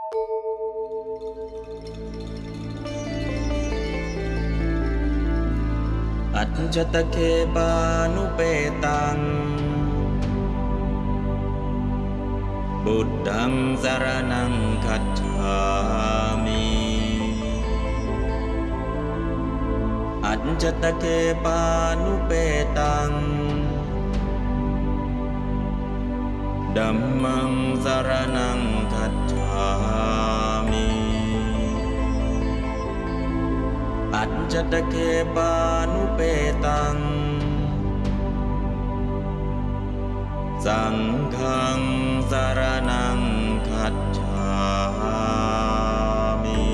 อัจจตเคปานุเปตังบุตตังสรณังคัจฉามิอัจจตเคปานุเปตังธัมมังสรณังคัจฉามิอัจจตเคปานุเปตังสังฆังสรณังคัจฉามิ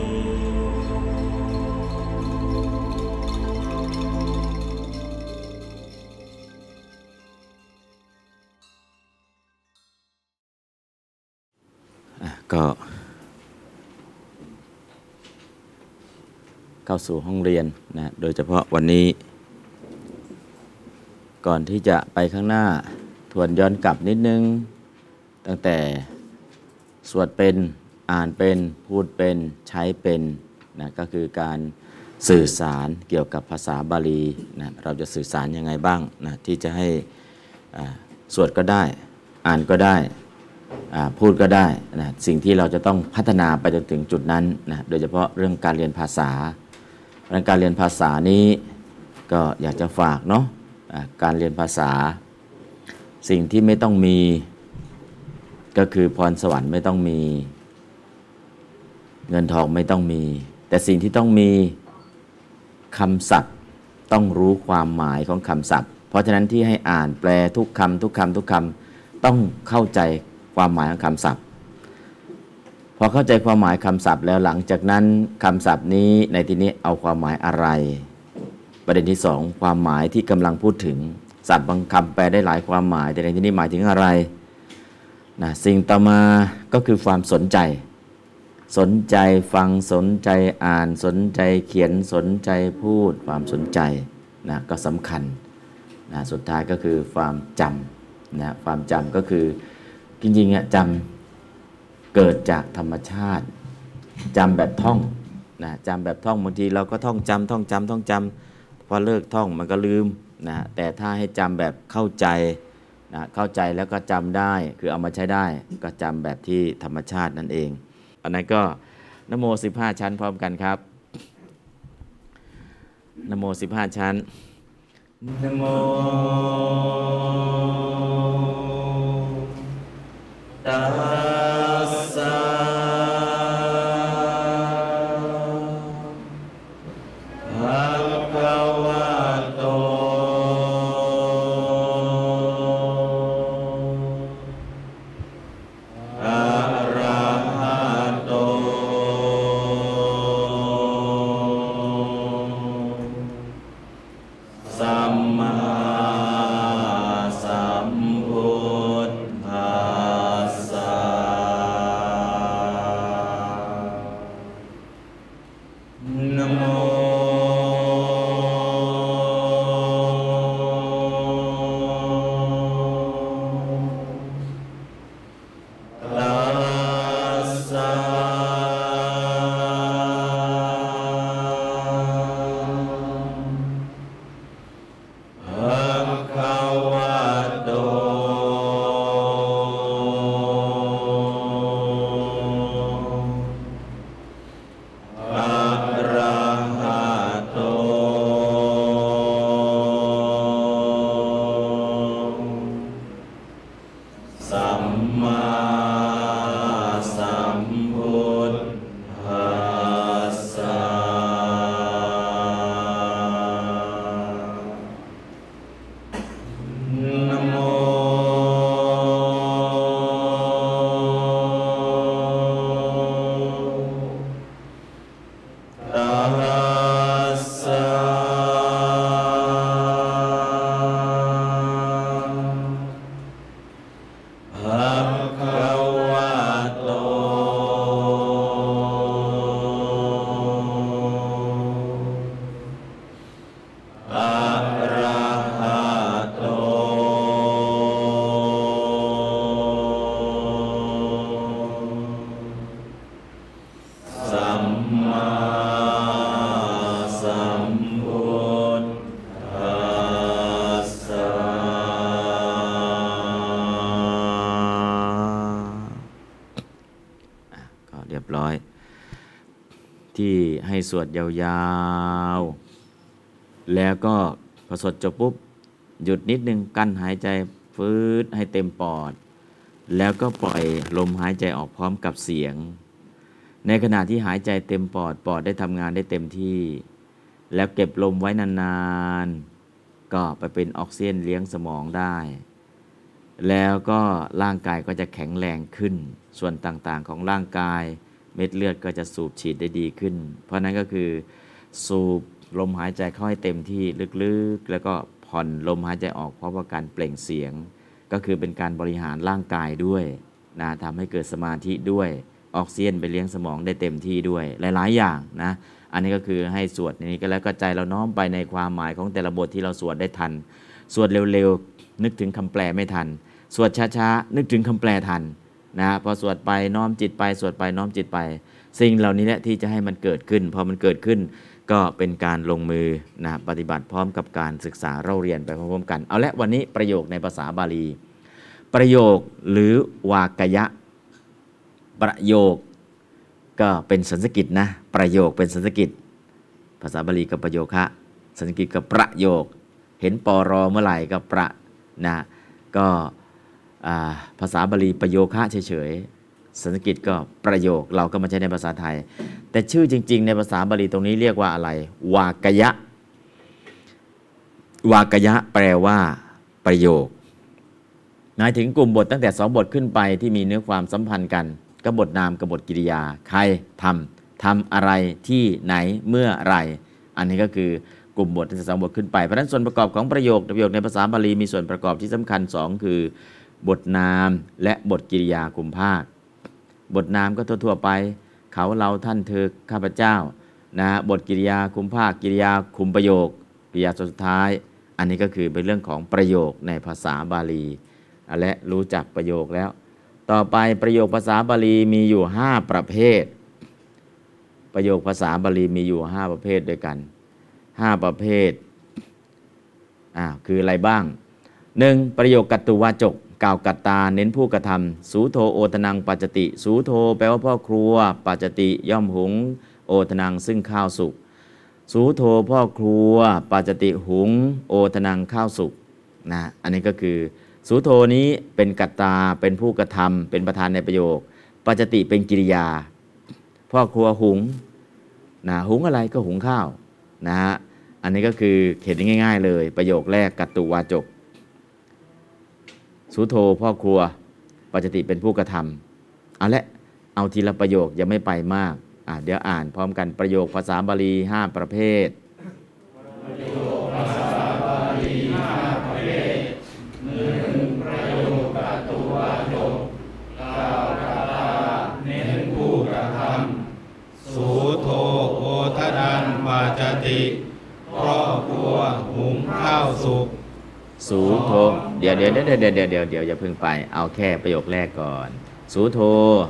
ก็เข้าสู่ห้องเรียนนะโดยเฉพาะวันนี้ก่อนที่จะไปข้างหน้าทวนย้อนกลับนิดนึงตั้งแต่สวดเป็นอ่านเป็นพูดเป็นใช้เป็นนะก็คือการสื่อสารเกี่ยวกับภาษาบาลีนะเราจะสื่อสารยังไงบ้างนะที่จะให้สวดก็ได้อ่านก็ได้พูดก็ได้นะสิ่งที่เราจะต้องพัฒนาไปจนถึงจุดนั้นนะโดยเฉพาะเรื่องการเรียนภาษาการเรียนภาษานี้ก็อยากจะฝากเนาะการเรียนภาษาสิ่งที่ไม่ต้องมีก็คือพรสวรรค์ไม่ต้องมีเงินทองไม่ต้องมีแต่สิ่งที่ต้องมีคำศัพท์ต้องรู้ความหมายของคำศัพท์เพราะฉะนั้นที่ให้อ่านแปลทุกคำทุกคำทุกคำต้องเข้าใจความหมายของคำศัพท์พอเข้าใจความหมายคำศัพท์แล้วหลังจากนั้นคำศัพท์นี้ในที่นี้เอาความหมายอะไรประเด็นที่สองความหมายที่กำลังพูดถึงศัพท์บางคำแปลได้หลายความหมายแต่ในที่นี้หมายถึงอะไรนะสิ่งต่อมาก็คือความสนใจฟังสนใจอ่านสนใจเขียนสนใจพูดความสนใจนะก็สำคัญนะสุดท้ายก็คือความจำนะความจำก็คือจริงๆจำเกิดจากธรรมชาติจำแบบท่องนะจำแบบท่องบางทีเราก็ท่องจำพอเลิกท่องมันก็ลืมนะแต่ถ้าให้จำแบบเข้าใจนะเข้าใจแล้วก็จำได้คือเอามาใช้ได้ก็จำแบบที่ธรรมชาตินั่นเองอันนั้นก็นะโม15ชั้นพร้อมกันครับนะโม15ชั้นนะโมตัสสะภะคะวะโตอะระหะโตสัมมาสัมพุทธัสสะนะโมตัสสะภะคะวะโตอะระหะโตสัมมาสัมพุทธัสสะนะโมตัสสะภะคะบร้อย ที่ให้สวดยาวๆแล้วก็พอสวดจบปุ๊บหยุดนิดนึงกั้นหายใจฟืดให้เต็มปอดแล้วก็ปล่อยลมหายใจออกพร้อมกับเสียงในขณะที่หายใจเต็มปอดได้ทำงานได้เต็มที่แล้วเก็บลมไว้นานๆก็ไปเป็นออกซิเจนเลี้ยงสมองได้แล้วก็ร่างกายก็จะแข็งแรงขึ้นส่วนต่างๆของร่างกายเม็ดเลือดก็จะสูบฉีดได้ดีขึ้นเพราะนั้นก็คือสูบลมหายใจเข้าให้เต็มที่ลึกๆแล้วก็ผ่อนลมหายใจออกเพราะว่าการเปล่งเสียงก็คือเป็นการบริหารร่างกายด้วยนะทำให้เกิดสมาธิด้วยออกซิเจนไปเลี้ยงสมองได้เต็มที่ด้วยหลายๆอย่างนะอันนี้ก็คือให้สวดนี้ก็แล้วก็ใจเราน้อมไปในความหมายของแต่ละบทที่เราสวดได้ทันสวดเร็วๆนึกถึงคำแปลไม่ทันสวดช้าๆนึกถึงคำแปลทันนะพอสวดไปน้อมจิตไปสวดไปน้อมจิตไปสิ่งเหล่านี้แหละที่จะให้มันเกิดขึ้นพอมันเกิดขึ้นก็เป็นการลงมือนะปฏิบัติพร้อมกับการศึกษาเราเรียนไปพร้อมๆกันเอาละวันนี้ประโยคในภาษาบาลีประโยคหรือวากยะประโยคก็เป็นสันสกฤตนะประโยคเป็นสันสกฤตภาษาบาลีกับประโยคะสันสกฤตกับประโยคเห็นปรเมื่อไหร่ก็ประนะก็ภาษาบาลีประโยคะเฉยๆสันสกฤตก็ประโยคเราก็มาใช้ในภาษาไทยแต่ชื่อจริงๆในภาษาบาลีตรงนี้เรียกว่าอะไรวากยะวากยะแปลว่าประโยคหมายถึงกลุ่มบทตั้งแต่2บทขึ้นไปที่มีเนื้อความสัมพันธ์กันก็บทนามกับบทกิริยาใครทำอะไรที่ไหนเมื่อไรอันนี้ก็คือกลุ่มบทตั้งแต่2บทขึ้นไปเพราะฉะนั้นส่วนประกอบของประโยคในภาษาบาลีมีส่วนประกอบที่สำคัญ2คือบทนามและบทกิริยากลุ่มภาคบทนามก็ทั่วๆไปเขาเราท่านเธอข้าพเจ้านะบทกิริยาคุมภาคกิริยาคุมประโยคกิริยาสุดท้ายอันนี้ก็คือเป็นเรื่องของประโยคในภาษาบาลีและรู้จักประโยคแล้วต่อไปประโยคภาษาบาลีมีอยู่5ประเภทประโยคภาษาบาลีมีอยู่5ประเภทด้วยกัน5ประเภทคืออะไรบ้าง 1. ประโยคกัตตุวาจกกล่าวกัตตาเน้นผู้กระทำสูโธโอทนังปัจจติสูโธแปลว่าพ่อครัวปัจจติย่อมหุงโอทนังซึ่งข้าวสุกสูโธพ่อครัวปัจจติหุงโอทนังข้าวสุกนะอันนี้ก็คือสูโธนี้เป็นกัตตาเป็นผู้กระทำเป็นประธานในประโยคปัจจติเป็นกิริยาพ่อครัวหุงนะหุงอะไรก็หุงข้าวนะฮะอันนี้ก็คือเขียนง่ายๆเลยประโยคแรกกัตตุวาจกสูโธพ่อครัวปัจจติเป็นผู้กระทำเอาทีละประโยคยังไม่ไปมากเดี๋ยวอ่านพร้อมกันประโยคภาษาบาลี5ประเภทประโยคภาษาบาลี5ประเภท1ประโยคกัตตุวาจกกล่าวกัตตาเน้นผู้กระทำสูโธโอทนังปัจจติพ่อครัวหุงข้าวสุกสูโธเดี๋ยวอย่าเพิ่งไปเอาแค่ประโยคแรกก่อนสูโธ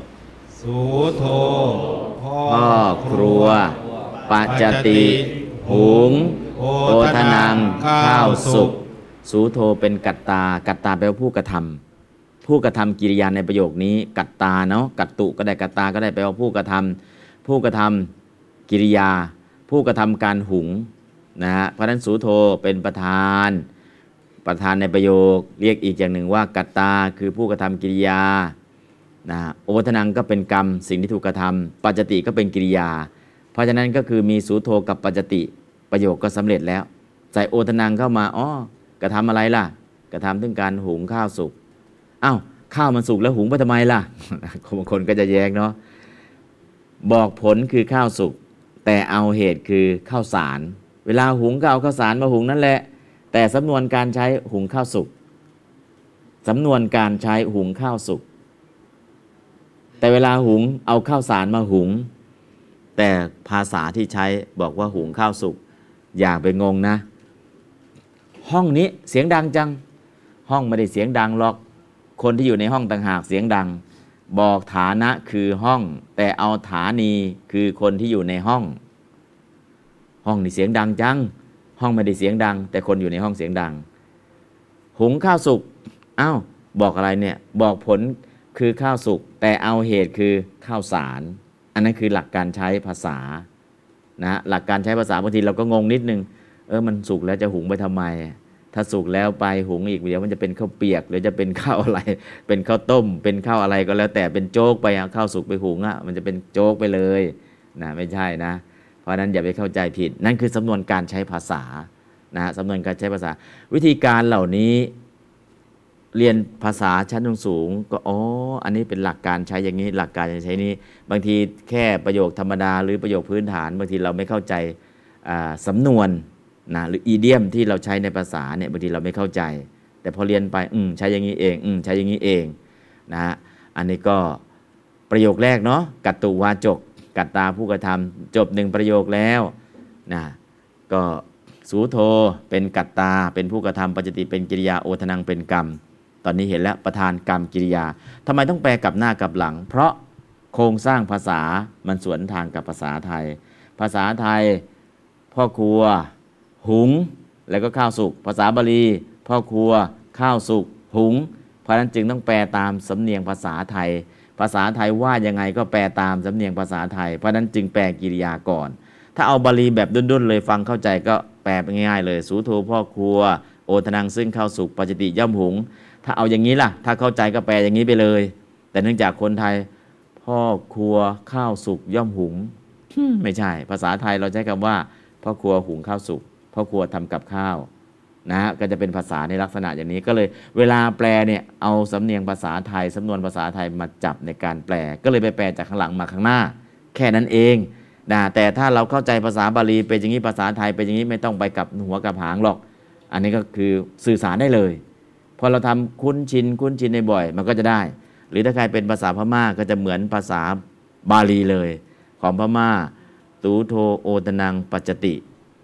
พ่อครัวปัจจติหุงโอทนังข้าวสุกสูโธเป็นกัตตาแปลว่าผู้กระทำผู้กระทำกิริยาในประโยคนี้กัตตาเนาะกัตตุก็ได้กัตตาก็ได้แปลว่าผู้กระทำกิริยาผู้กระทำการหุงนะฮะเพราะฉะนั้นสูโธเป็นประธานในประโยคเรียกอีกอย่างหนึ่งว่ากัตตาคือผู้กระทำกิริยานะโอทนังก็เป็นกรรมสิ่งที่ถูกกระทำปัจจติก็เป็นกิริยาเพราะฉะนั้นก็คือมีสูโธกับปัจจติประโยคก็สำเร็จแล้วใส่โอทนังเข้ามากระทำอะไรล่ะกระทำถึงการหุงข้าวสุกข้าวมันสุกแล้วหุงไปทำไมล่ะ บางคนก็จะแย้งเนาะบอกผลคือข้าวสุกแต่เอาเหตุคือข้าวสารเวลาหุงก็เอาข้าวสารมาหุงนั่นแหละแต่สำนวนการใช้หุงข้าวสุกสำนวนการใช้หุงข้าวสุกแต่เวลาหุงเอาข้าวสารมาหุงแต่ภาษาที่ใช้บอกว่าหุงข้าวสุกอย่าไปงงนะห้องนี้เสียงดังจังห้องไม่ได้เสียงดังหรอกคนที่อยู่ในห้องต่างหากเสียงดังบอกฐานะคือห้องแต่เอาฐานีคือคนที่อยู่ในห้องนี่เสียงดังจังห้องไม่ได้เสียงดังแต่คนอยู่ในห้องเสียงดังหุงข้าวสุกบอกอะไรเนี่ยบอกผลคือข้าวสุกแต่เอาเหตุคือข้าวสารอันนั้นคือหลักการใช้ภาษานะหลักการใช้ภาษาบางทีเราก็งงนิดนึงมันสุกแล้วจะหุงไปทำไมถ้าสุกแล้วไปหุงอีกเดี๋ยวมันจะเป็นข้าวเปียกหรือจะเป็นข้าวอะไรเป็นข้าวต้มเป็นข้าวอะไรก็แล้วแต่เป็นโจ๊กไปเอาข้าวสุกไปหุงมันจะเป็นโจ๊กไปเลยนะไม่ใช่นะเพราะนั้นอย่าไปเข้าใจผิดนั่นคือสำนวนการใช้ภาษานะสำนวนการใช้ภาษาวิธีการเหล่านี้เรียนภาษาชั้นสูงก็อันนี้เป็นหลักการใช้อย่างนี้หลักการใช้นี้บางทีแค่ประโยคธรรมดาหรือประโยคพื้นฐานบางทีเราไม่เข้าใจสำนวนนะหรืออีเดียมที่เราใช้ในภาษาเนี่ยบางทีเราไม่เข้าใจแต่พอเรียนไปใช้อย่างนี้เองใช้อย่างนี้เองนะฮะอันนี้ก็ประโยคแรกเนาะกัตตุวาจกกัตตาผู้กระทำจบ1ประโยคแล้วนะก็สูโธเป็นกัตตาเป็นผู้กระทำปัจจติเป็นกิริยาโอทนังเป็นกรรมตอนนี้เห็นแล้วประธานกรรมกิริยาทำไมต้องแปลกลับหน้ากลับหลังเพราะโครงสร้างภาษามันสวนทางกับภาษาไทยภาษาไทยพ่อครัวหุงแล้วก็ข้าวสุกภาษาบาลีพ่อครัวข้าวสุกหุงเพราะฉะนั้นจึงต้องแปลตามสำเนียงภาษาไทยภาษาไทยว่ายังไงก็แปลตามสำเนียงภาษาไทยเพราะฉะนั้นจึงแปลกิริยาก่อนถ้าเอาบาลีแบบดุนๆเลยฟังเข้าใจก็แปลง่ายๆเลยสูโธพ่อครัวโอทนังซึ่งข้าวสุกปัจจติย่อมหุงถ้าเอาอย่างนี้ล่ะถ้าเข้าใจก็แปลอย่างนี้ไปเลยแต่เนื่องจากคนไทยพ่อครัวข้าวสุกย่อมหุงไม่ใช่ภาษาไทยเราใช้คำว่าพ่อครัวหุงข้าวสุกพ่อครัวทำกับข้าวนะก็จะเป็นภาษาในลักษณะอย่างนี้ก็เลยเวลาแปลเนี่ยเอาสำเนียงภาษาไทยสำนวนภาษาไทยมาจับในการแปลก็เลยไปแปลจากข้างหลังมาข้างหน้าแค่นั้นเองนะแต่ถ้าเราเข้าใจภาษาบาลีเป็นอย่างนี้ภาษาไทยเป็นอย่างนี้ไม่ต้องไปกับหัวกับหางหรอกอันนี้ก็คือสื่อสารได้เลยพอเราทำคุ้นชินในบ่อยมันก็จะได้หรือถ้าใครเป็นภาษาพม่าก็จะเหมือนภาษาบาลีเลยของพม่าตูโธโอตนังปัจจติ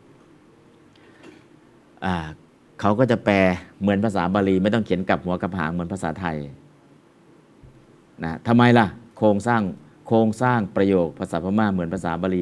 เขาก็จะแปลเหมือนภาษาบาลีไม่ต้องเขียนกับหัวกับหางเหมือนภาษาไทยนะทำไมล่ะโครงสร้างประโยคภาษาพม่าเหมือนภาษาบาลี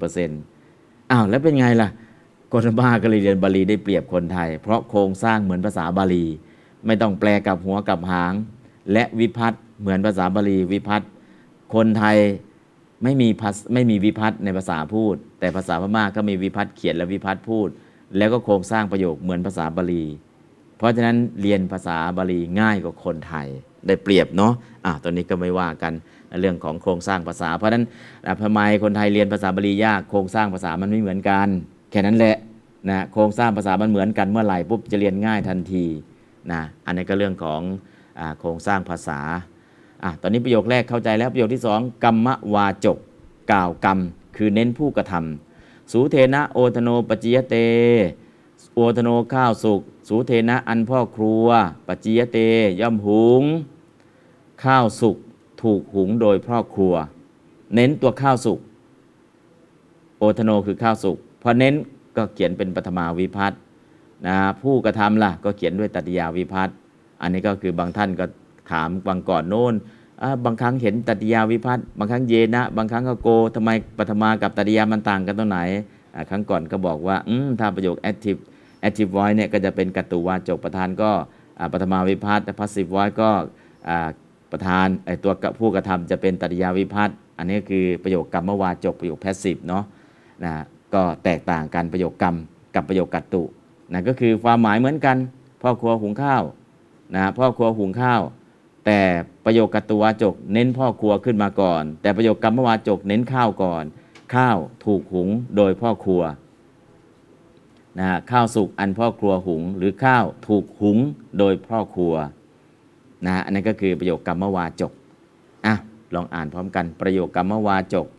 90% แล้วเป็นไงล่ะคนพม่าก็เลยเรียนบาลีได้เปรียบคนไทยเพราะโครงสร้างเหมือนภาษาบาลีไม่ต้องแปลกับหัวกับหางและวิภัตต์เหมือนภาษาบาลีวิภัตต์คนไทยไม่มีวิภัตต์ในภาษาพูดแต่ภาษาพม่าก็มีวิภัตต์เขียนและวิภัตต์พูดแล้วก็โครงสร้างประโยคเหมือนภาษาบาลีเพราะฉะนั้นเรียนภาษาบาลีง่ายกว่าคนไทยได้เปรียบเนาะตอนนี้ก็ไม่ว่ากันเรื่องของโครงสร้างภาษาเพราะฉะนั้นทำไมคนไทยเรียนภาษาบาลียากโครงสร้างภาษามันไม่เหมือนกันแค่นั้นแหละนะโครงสร้างภาษามันเหมือนกันเมื่อไหร่ปุ๊บจะเรียนง่ายทันทีนะอันนี้ก็เรื่องของโครงสร้างภาษาตอนนี้ประโยคแรกเข้าใจแล้วประโยคที่2กัมมวาจกกล่าวกรรมคือเน้นผู้กระทำสูเทนะโอทโนปจิยเตโอทโนข้าวสุกสูเทนะอันพ่อครัวปจิยเตย่อมหุงข้าวสุกถูกหุงโดยพ่อครัวเน้นตัวข้าวสุกโอทโนคือข้าวสุกพอเน้นก็เขียนเป็นปฐมาวิภัตต์นะผู้กระทำล่ะก็เขียนด้วยตติยาวิภัตต์อันนี้ก็คือบางท่านก็ถามบางก่อนโน้นบางครั้งเห็นตติยาวิภัตต์บางครั้งเยนะบางครั้งก็โกทำไมปฐมากับตติยามันต่างกันตรงไหนครั้งก่อนก็บอกว่าถ้าประโยค active voice เนี่ยก็จะเป็นกัตตุวาจกประธานก็ปฐมาวิภัตต์ passive voice ก็ประธานตัวผู้กระทำจะเป็นตติยาวิภัตต์อันนี้คือประโยคกรรมวาจกประโยค passive เนาะนะก็แตกต่างกันประโยคกรรมกับประโยคกัตตุนะก็คือความหมายเหมือนกันพ่อครัวหุงข้าวนะพ่อครัวหุงข้าวแต่ประโยคกัตตุวาจกเน้นพ่อครัวขึ้นมาก่อนแต่ประโยคกรรมวาจกเน้นข้าวก่อนข้าวถูกหุงโดยพ่อครัวนะข้าวสุกอันพ่อครัวหุงหรือข้าวถูกหุงโดยพ่อครัวนะอันนั้นก็คือประโยคกรรมวาจกลองอ่านพร้อมกันประโยคกรรมวาจก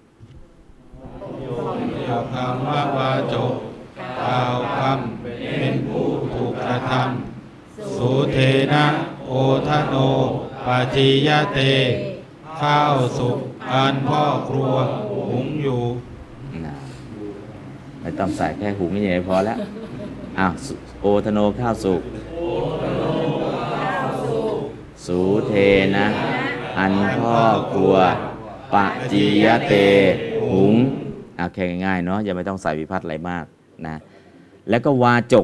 กรรมวาจกกล่าวคำเป็นผู้ถูกกระทำสูเทนะโอทโนปาจิยเตข้าวสุกอันพ่อครัวหุงอยู่ไม่ต้องใส่แค่หุงนี่พอแล้วโอทโนข้าวสุกสูเทนะอันพ่อครัวปะจิยเตหุงแค่ง่ายๆเนาะอย่าไม่ต้องใส่วิภัตต์อะไรมากนะแล้วก็วาจก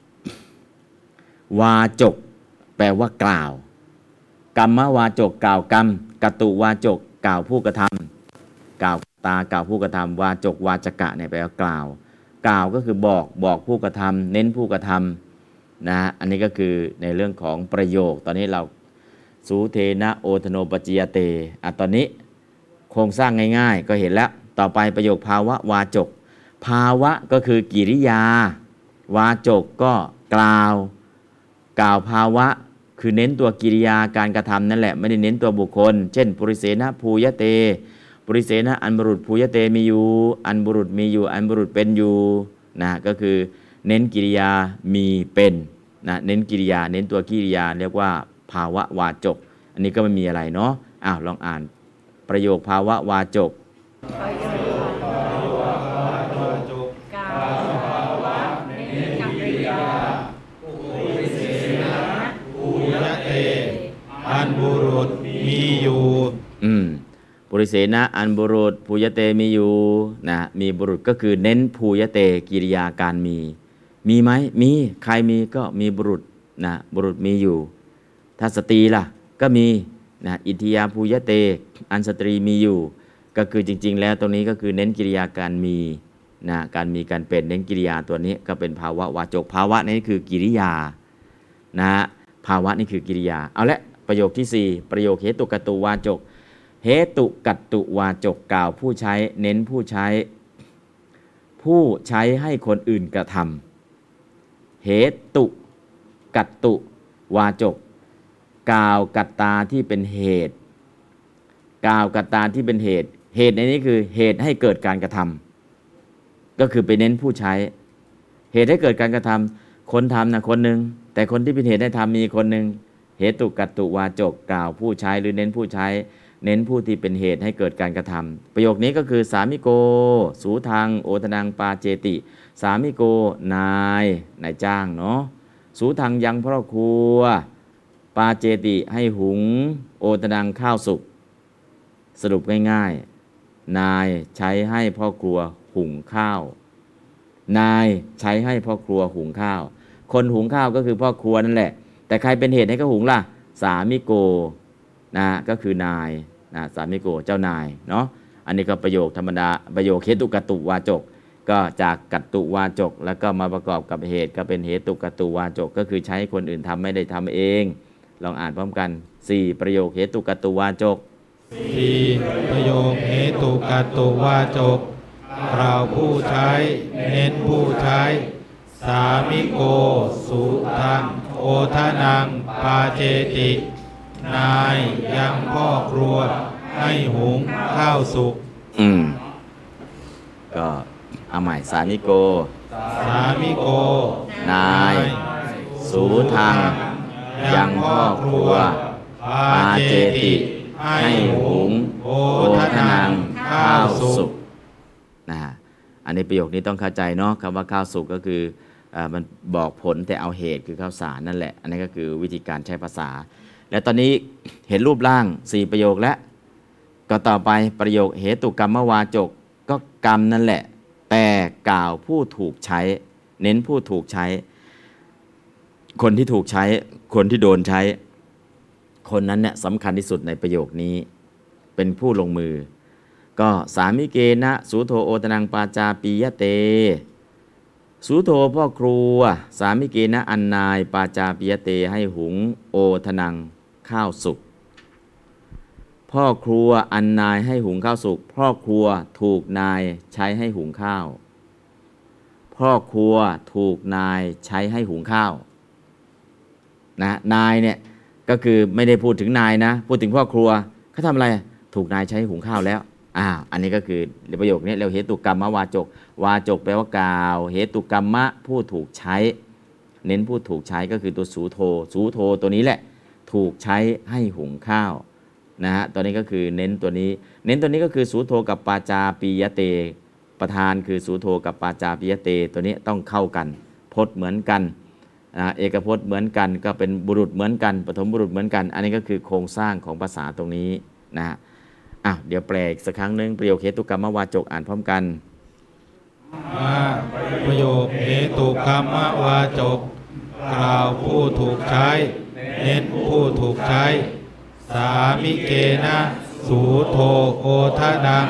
แปลว่ากล่าวกรรมวาจกกล่าวกรรมกัตตุวาจกกล่าวผู้กระทำกล่าวตากล่าวผู้กระทำวาจกวาจกะเนี่ยแปลว่ากล่าวกล่าวก็คือบอกผู้กระทำเน้นผู้กระทำนะอันนี้ก็คือในเรื่องของประโยคตอนนี้เราสูเทนะโอทโนปจิยเตตอนนี้โครงสร้างง่ายๆก็เห็นแล้วต่อไปประโยคภาวะวาจกภาวะก็คือกิริยาวาจกก็กล่าวภาวะคือเน้นตัวกิริยาการกระทำนั่นแหละไม่ได้เน้นตัวบุคคลเช่นปุริเสนะภูยเตปุริเสนะอันบุรุษภูยเตมีอยู่อันบุรุษมีอยู่อันบุรุษเป็นอยู่นะก็คือเน้นกิริยามีเป็นนะเน้นกิริยาเน้นตัวกิริยาเรียกว่าภาวะวาจกอันนี้ก็ไม่มีอะไรเนาะลองอ่านประโยคภาวะวาจกอันบุรุษมีอยู่ปุริเสนะอันบุรุษภูยเตมีอยู่นะมีบุรุษก็คือเน้นภูยเตกิริยาการมีไหมมีใครมีก็มีบุรุษนะบุรุษมีอยู่ถ้าสตรีล่ะก็มีนะอิทธิยาภูยเตอันสตรีมีอยู่ก็คือจริงๆแล้วตรงนี้ก็คือเน้นกิริยาการมีนะการมีการเป็นเน้นกิริยาตัวนี้ก็เป็นภาวะวาจกภาวะนี้คือกิริยานะภาวะนี่คือกิริยาเอาละประโยคที่4ประโยคเหตุกัตตุวาจกเหตุกัตตุวาจกกล่าวผู้ใช้เน้นผู้ใช้ให้คนอื่นกระทำเหตุกัตตุวาจกกล่าวกัตตาที่เป็นเหตุกล่าวกัตตาที่เป็นเหตุในนี้คือเหตุให้เกิดการกระทำก็คือไปเน้นผู้ใช้เหตุให้เกิดการกระทำคนทำนะคนหนึ่งแต่คนที่เป็นเหตุให้ทำมีคนหนึ่งเหตุกัตตุวาจกกล่าวผู้ใช้หรือเน้นผู้ใช้เน้นผู้ที่เป็นเหตุให้เกิดการกระทำประโยคนี้ก็คือสามิโกสูทังโอทนังปาเจติสามิโกนายจ้างเนาะสูทังยังพ่อครัวปาเจติให้หุงโอทนังข้าวสุกสรุปง่ายๆนายใช้ให้พ่อครัวหุงข้าวนายใช้ให้พ่อครัวหุงข้าวคนหุงข้าวก็คือพ่อครัวนั่นแหละแต่ใครเป็นเหตุให้เขาหุงล่ะสามิโกนะก็คือนายนะสามิโกเจ้านายเนาะอันนี้ก็ประโยคธรรมดาประโยคเหตุกัตตุวาจกก็จากกัตตุวาจกแล้วก็มาประกอบกับเหตุก็เป็นเหตุกัตตุวาจกก็คือใช้คนอื่นทำไม่ได้ทำเองลองอ่านพร้อมกัน4ประโยคเหตุกัตตุวาจก 4ประโยคเหตุกัตตุวาจกกล่าวผู้ใช้เน้นผู้ใช้สามิโกสุทังโอทนังปาเจตินายยังพ่อครัวให้หุงข้าวสุกก็เอาใหม่สามิโกนายสูทังยังพ่อครัวปาเจติให้หุงโอทนังข้าวสุกนะอันนี้ประโยคนี้ต้องเข้าใจเนาะคำว่าข้าวสุกก็คือมันบอกผลแต่เอาเหตุคือข้าวสารนั่นแหละอันนี้ก็คือวิธีการใช้ภาษาและตอนนี้เห็นรูปร่าง4ประโยคแล้วก็ต่อไปประโยคเหตุกรรมวาจกก็กรรมนั่นแหละแต่กล่าวผู้ถูกใช้เน้นผู้ถูกใช้คนที่ถูกใช้คนที่โดนใช้คนนั้นเนี่ยสำคัญที่สุดในประโยคนี้เป็นผู้ลงมือก็สามิเกนะสูโธโอตนังปาจาปิยเตสูโธพ่อครัวสามิเกนะอันนายปาจาปิยเตให้หุงโอทนังข้าวสุกพ่อครัวอันนายให้หุงข้าวสุกพ่อครัวถูกนายใช้ให้หุงข้าวพ่อครัวถูกนายใช้ให้หุงข้าวนะนายเนี่ยก็คือไม่ได้พูดถึงนายนะพูดถึงพ่อครัวเขาทำอะไรถูกนายใช้หุงข้าวแล้วอันนี้ก็คือประโยคนี้เรียกเหตุกรรมวาจกวาจกแปลว่ากล่าวเหตุกรรมะผู้ถูกใช้เน้นผู้ถูกใช้ก็คือตัวสูโธตัวนี้แหละถูกใช้ให้หุงข้าวนะฮะตัวนี้ก็คือเน้นตัวนี้ก็คือสูโธกับปาจาปิยเตประธานคือสูโธกับปาจาปิยเตตัวนี้ต้องเข้ากันพจน์เหมือนกันเอกพจน์เหมือนกันก็เป็นบุรุษเหมือนกันปฐมบุรุษเหมือนกันอันนี้ก็คือโครงสร้างของภาษาตรงนี้นะฮะเดี๋ยวแปลอีกสักครั้งนึงประโยคเหตุกรรมวาจกอ่านพร้อมกันประโยคเหตุกรรมวาจกกล่าวผู้ถูกใช้เน้นผู้ถูกใช้สามิเกนะสูโธโอทนังป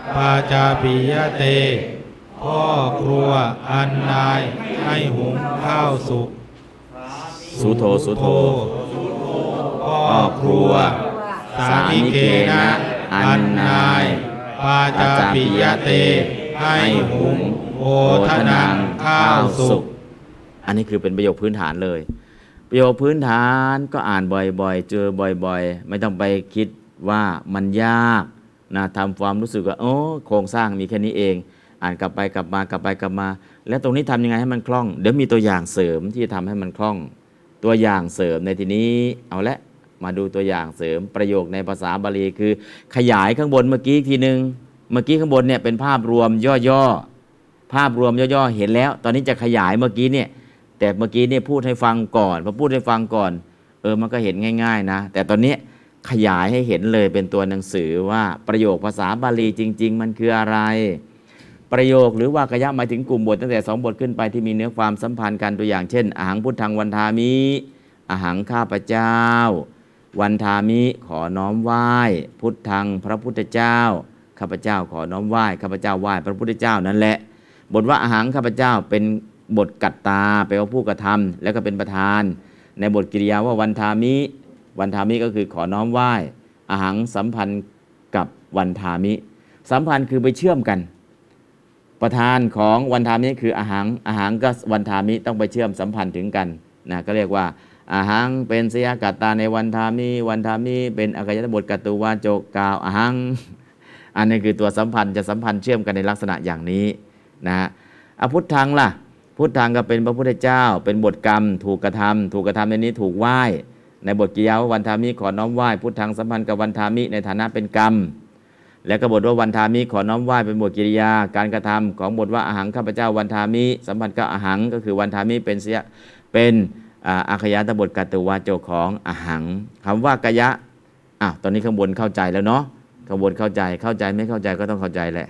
ปาจาปิยเตพ่อครัวอันนายให้หุงข้าวสุกสุโธสุโธพ่อครัวสานิเกนะอันนายปาจาปิยเตให้หุงโอทนังข้าวสุกอันนี้คือเป็นประโยคพื้นฐานเลย ประโยคพื้นฐานก็อ่านบ่อยๆเจอบ่อยๆไม่ต้องไปคิดว่ามันยากนะทำความรู้สึกว่าโอ้โครงสร้างมีแค่นี้เองอ่านกลับไปกลับมากลับไปกลับมาแล้วตรงนี้ทำยังไงให้มันคล่องเดี๋ยวมีตัวอย่างเสริมที่จะทำให้มันคล่องตัวอย่างเสริมในที่นี้เอาละมาดูตัวอย่างเสริมประโยคในภาษาบาลีคือขยายข้างบนเมื่อกี้อีกทีนึงเมื่อกี้ข้างบนเนี่ยเป็นภาพรวมย่อๆภาพรวมย่อๆเห็นแล้วตอนนี้จะขยายเมื่อกี้เนี่ยแต่เมื่อกี้เนี่ยพูดให้ฟังก่อนพอพูดให้ฟังก่อนมันก็เห็นง่ายๆนะแต่ตอนนี้ขยายให้เห็นเลยเป็นตัวหนังสือว่าประโยคภาษาบาลีจริงๆมันคืออะไรประโยคหรือวากยะหมายถึงกลุ่มบทตั้งแต่2บทขึ้นไปที่มีเนื้อความสัมพันธ์กันตัวอย่างเช่นอาหังพุทธังวันทามิอาหังข้าพเจ้าวันทามิขอน้อมไหว้พุทธังพระพุทธเจ้าข้าพเจ้าขอน้อมไหว้ข้าพเจ้าไหว้พระพุทธเจ้านั่นแหละบทว่าอาหังข้าพเจ้าเป็นบทกัตตาแปลว่าผู้กระทำแล้วก็เป็นประธานในบทกริยาว่าวันทามิวันทามิก็คือขอน้อมไหว้อาหังสัมพันธ์กับวันทามิสัมพันธ์คือไปเชื่อมกันประธานของวันทามิคืออาหังก็วันทามิต้องไปเชื่อมสัมพันธ์ถึงกันนะก็เรียกว่าอาหังเป็นสยกัตตาในวันทามิวันทามิเป็นอากายตบทกัตตุวาโจกล่าวอาหังอันนี้คือตัวสัมพันธ์จะสัมพันธ์เชื่อมกันในลักษณะอย่างนี้นะอพุทธังล่ะพุทธังก็เป็นพระพุทธเจ้าเป็นบทกรรมถูกกระทำในนี้ถูกไหว้ในบทกิริยาว่าวันทามิขอน้อมไหว้พุทธังสัมพันธ์กับวันทามิในฐานะเป็นกรรมและก็บทว่าวันทามิขอน้อมไหว้เป็นบทกิริยาการกระทำของบทว่าอาหังข้าพเจ้าวันทามิสัมพันธ์กับอาหังก็คือวันทามิเป็นอาขยตบทกัตตุวาโจของอาหังคำว่ากยะตอนนี้ข้างบนเข้าใจแล้วเนาะข้างบนเข้าใจไม่เข้าใจก็ต้องเข้าใจแหละ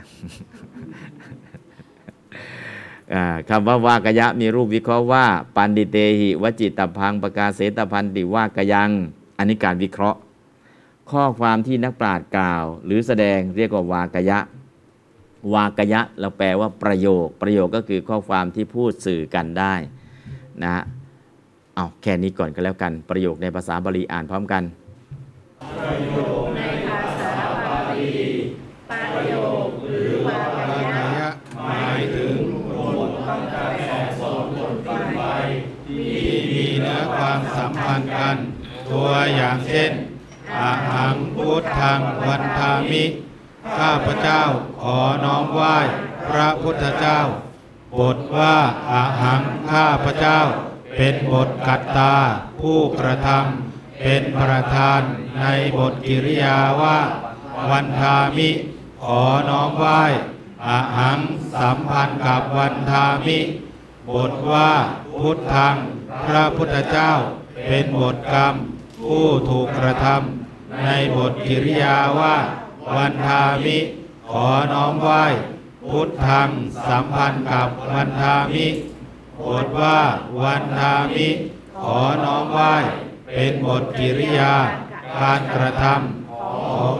คำว่าวากยะมีรูปวิเคราะห์ว่าปันดิเตหิวจิตตพังประกาเสตพันติวากยังอันนี้การวิเคราะห์ข้อความที่นักปราชญ์กล่าวหรือแสดงเรียกว่าวากยะวากยะเราแปลว่าประโยคก็คือข้อความที่พูดสื่อกันได้นะเอาแค่นี้ก่อนก็แล้วกันประโยคในภาษาบาลีอ่านพร้อมกันประโยคในภาษาบาลีประโยคหรือวากยะหมายถึงบทตั้งแต่2 บทขึ้นไปที่มีเนื้อความสัมพันธ์กันตัวอย่างเช่นอาหังพุทธังวันทามิข้าพเจ้าขอน้อมไหว้พระพุทธเจ้าบทว่าอาหังข้าพเจ้าเป็นบทกัตตาผู้กระทำเป็นประธานในบทกิริยาว่าวันทามิขอน้อมไหว้อาหังสัมพันธ์กับวันทามิบทว่าพุทธังพระพุทธเจ้าเป็นบทกรรมผู้ถูกกระทำในบทกิริยาว่าวันทามิขอน้อมไหว้พุทธังสัมพันธ์กับวันทามิบทว่าวันทามิขอน้อมไหว้เป็นบทกิริยาการกระทำของ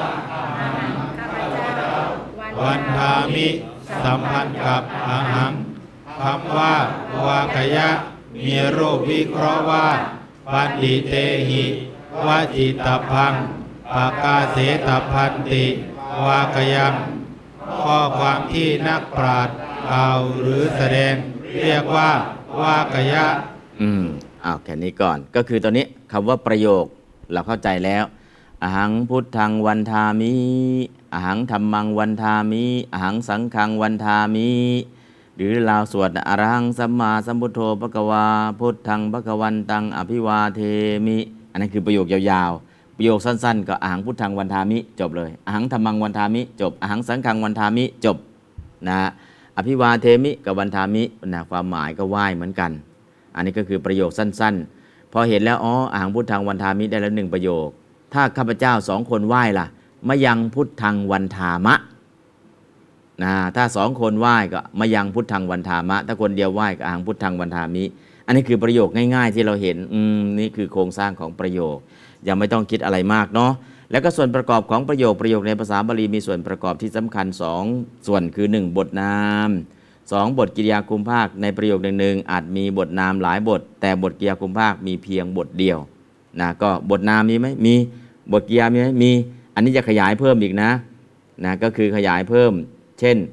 วันทามิสัมพันธ์กับอาหังคำว่าวากยะมีรูปวิเคราะห์ว่าปันดิเตหิวจิตตพังปากาเสตพันติวากยังข้อความที่นักปราชญ์กล่าวหรือแสดงเรียกว่าวากยะแค่นี้ก่อนก็คือตอนนี้คำว่าประโยคเราเข้าใจแล้วอาหังพุทธังวันทามิอาหังธัมมังวันทามิอาหังสังฆังวันทามิหรือเราสวดอรหังสัมมาสัมพุทโธภควาพุทธังภควันตังอภิวาเทมิอันนั้นคือประโยคยาวๆประโยคสั้นๆก็อาหังพุทธังวันทามิจบเลยอาหังธัมมังวันทามิจบอาหังสังฆังวันทามิจบนะอภิวาเทมิกับวันทามินะความหมายก็ไหว้เหมือนกันอันนี้ก็คือประโยคสั้นๆพอเห็นแล้วอาหังพุทธังวันทามิได้แล้ว1ประโยคถ้าข้าพเจ้า2 คนไหว้ล่ะมะยังพุทธังวันทามะถ้า2 คนไหว้ก็มะยังพุทธังวันทามะถ้าคนเดียวไหว้ก็อาหังพุทธังวันทามิอันนี้คือประโยคง่ายๆที่เราเห็นนี่คือโครงสร้างของประโยคยังไม่ต้องคิดอะไรมากเนาะแล้วก็ส่วนประกอบของประโยคในภาษาบาลีมีส่วนประกอบที่สำคัญ2ส่วนคือ1บทนาม2บทกริยาคุมภาคในประโยคหนึ่งอาจมีบทนามหลายบทแต่บทกริยาคุมภาคมีเพียงบทเดียวนะก็บทนามมีไหมมีบทกริยามีไหมมีอันนี้จะขยายเพิ่มอีกนะก็คือขยายเพิ่มเช่น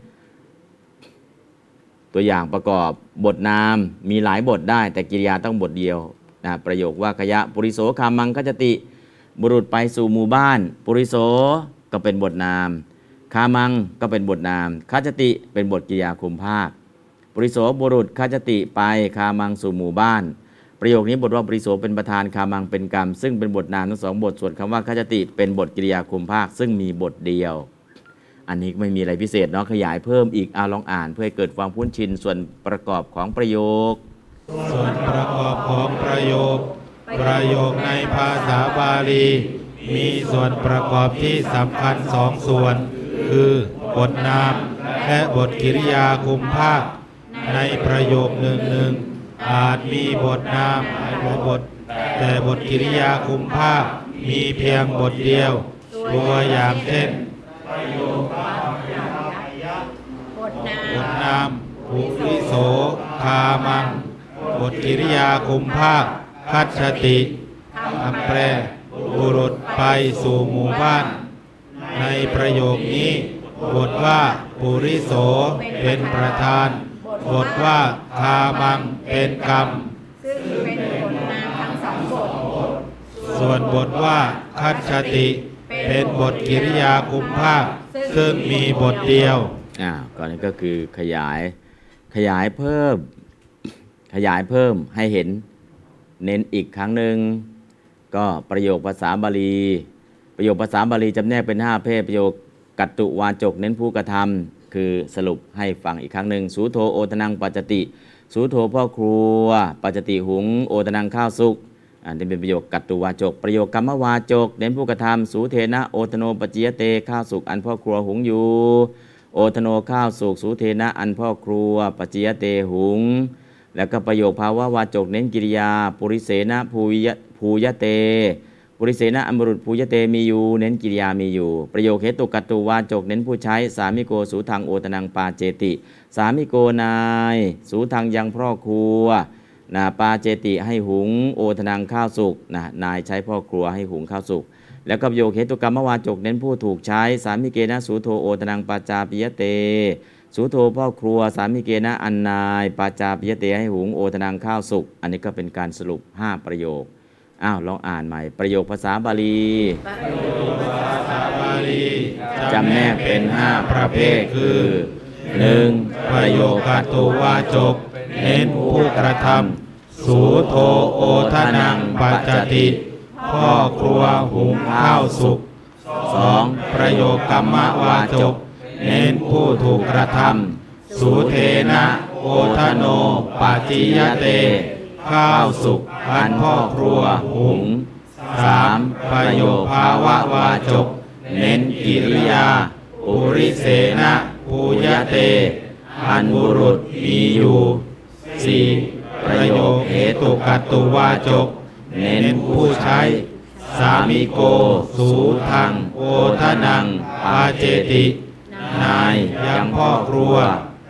ตัวอย่างประกอบบทนามมีหลายบทได้แต่กริยาต้องบทเดียวประโยคว่าขยะปุริโสคามังคัจจติบุรุษไปสู่หมู่บ้านปุริโสก็เป็นบทนามคามังก็เป็นบทนามคัจจติเป็นบทกริยาคุมภาคปุริโสบุรุษคัจจติไปคามังสู่หมู่บ้านประโยคนี้บทว่าปุริโสเป็นประธานคามังเป็นกรรมซึ่งเป็นบทนามทั้ง2บทส่วนคำว่าคัจจติเป็นบทกริยาคุมภาคซึ่งมีบทเดียวอันนี้ไม่มีอะไรพิเศษเนาะขยายเพิ่มอีกลองอ่านเพื่อให้เกิดความคุ้นชินส่วนประกอบของประโยคส่วนประกอบของประโยคในภาษาบาลีมีส่วนประกอบที่สำคัญ2ส่วนคือบทนามและบทกริยาคุมภาคในประโยคหนึ่งอาจมีบทนามและบทแต่บทกริยาคุมภาคมีเพียงบทเดียวตัวอย่างเช่นบทนามปุริโสคามังบทกริยาคุมภาคคัจฉติคำแปลบุรุษไปสู่หมู่บ้านในประโยคนี้บทว่าปุริโสเป็นประธานบทว่าคามังเป็นกรรมซึ่งเป็นบทนามทั้ง2บทส่วนบทว่าคัจฉติเป็นบทกริยาคุมภาคซึ่งมีบทเดียวก่อนนี้ก็คือขยายเพิ่มให้เห็นเน้นอีกครั้งหนึ่งก็ประโยคภาษาบาลีจำแนกเป็น5ประเภทประโยคกัตตุวาจกเน้นผู้กระทำคือสรุปให้ฟังอีกครั้งหนึ่งสูโธโอทนังปัจจติสูโธพ่อครัวปัจจติหุงโอทนังข้าวสุกอันนี้เป็นประโยคกัตตุวาจกประโยคกรรมวาจกเน้นผู้กระทำสูเทนะโอทโนปจิยเตข้าวสุกอันพ่อครัวหุงอยู่โอทโนข้าวสุกสูเทนะอันพ่อครัวปจิยเตหุงแล้วก็ประโยคภาวะวาจกเน้นกิริยาปุริเสนะภูยเตปุริเสนะอันบุรุษภูยเตมีอยู่เน้นกิริยามีอยู่ประโยคเหตุกัตตุวาจกเน้นผู้ใช้สามิโกสูทังโอทนังปาเจติสามิโกนายสูทังยังพ่อครัวปาเจติให้หุงโอทนังข้าวสุกนายใช้พ่อครัวให้หุงข้าวสุกแล้วก็ประโยคเหตุกรรมวาจกเน้นผู้ถูกใช้สามิเกนะสูโธโอทนังปาจาปิยเตสูโธพ่อครัวสามิเกนะอันนายปาจาปิยเตให้หุงโอทนังข้าวสุกอันนี้ก็เป็นการสรุป5ประโยคลองอ่านใหม่ประโยคภาษาบาลีจำแนกเป็น5ประเภทคือ 1. ประโยคกัตตุวาจกเน้นผู้กระทำสูโธโอทนังปัจจติพ่อครัวหุงข้าวสุก 2. ประโยคกรรมวาจกเน้นผู้ถูกกระทำสูเทนะโอทโนปัจจิยเตข้าวสุกอันพ่อครัวหุง 3. ประโยคภาวะวาจกเน้นกิริยาปุริเสนะภูยเตอันบุรุษมีอยู่ 4. ประโยคเหตุกัตตุวาจกเน้นผู้ใช้สามิโกสูทังโอทนังปาเจตินายยังพ่อครัว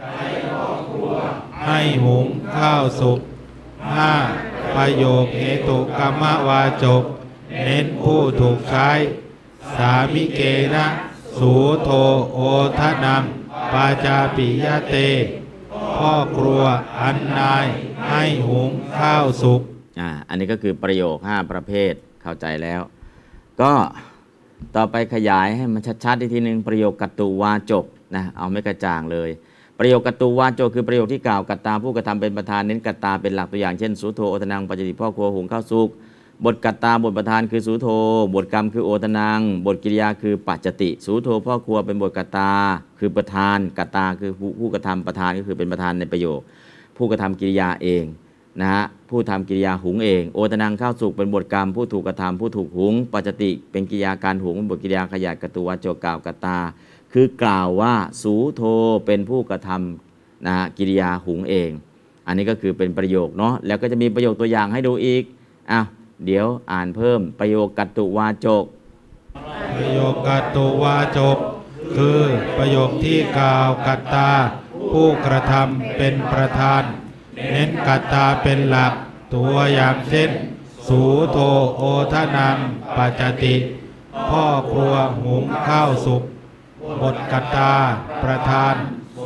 ให้หุงข้าวสุก 5. ประโยคเหตุกรรมวาจกเน้นผู้ถูกใช้สามิเกนะสูโธโอทนังปาจาปิยเตพ่อครัวอันนายให้หุงข้าวสุกอันนี้ก็คือประโยค5ประเภทเข้าใจแล้วก็ต่อไปขยายให้มันชัดๆอีกทีนึงประโยคกัตตุวาจกเอาไม่กระจ่างเลยประโยคกัตตุวาจกคือประโยคที่กล่าวกัตตาผู้กระทำเป็นประธานเน้นกัตตาเป็นหลักตัวอย่างเช่นสูโธโอทนังปัจจติพ่อครัวหุงข้าวสุกบทกัตตาบทประธานคือสูโธบทกรรมคือโอทนังบทกิริยาคือปัจจติสูโธพ่อครัวเป็นบทกัตตาคือประธานกัตตาคือผู้กระทำประธานก็คือเป็นประธานในประโยคผู้กระทำกิริยาเองผู้ทำกิริยาหุงเองโอทนังข้าวสุกเป็นบทกรรมผู้ถูกกระทำผู้ถูกหุงปัจจติเป็นกิริยาการหุงเป็นบทกิริยาขยายกัตตุวาจกกล่าวกัตตาคือกล่าวว่าสูโธเป็นผู้กระทำกิริยาหุงเองอันนี้ก็คือเป็นประโยคเนาะแล้วก็จะมีประโยคตัวอย่างให้ดูอีกเดี๋ยวอ่านเพิ่มประโยคกัตตุวาจกประโยคกัตตุวาจกคือประโยคที่กล่าวกัตตาผู้กระทำเป็นประธาน เน้นกัตตาเป็นหลักตัวอย่างเช่นสูโทโอทนังปัจจติ พ่อครัวหุงข้าวสุกบทกัตตาประธาน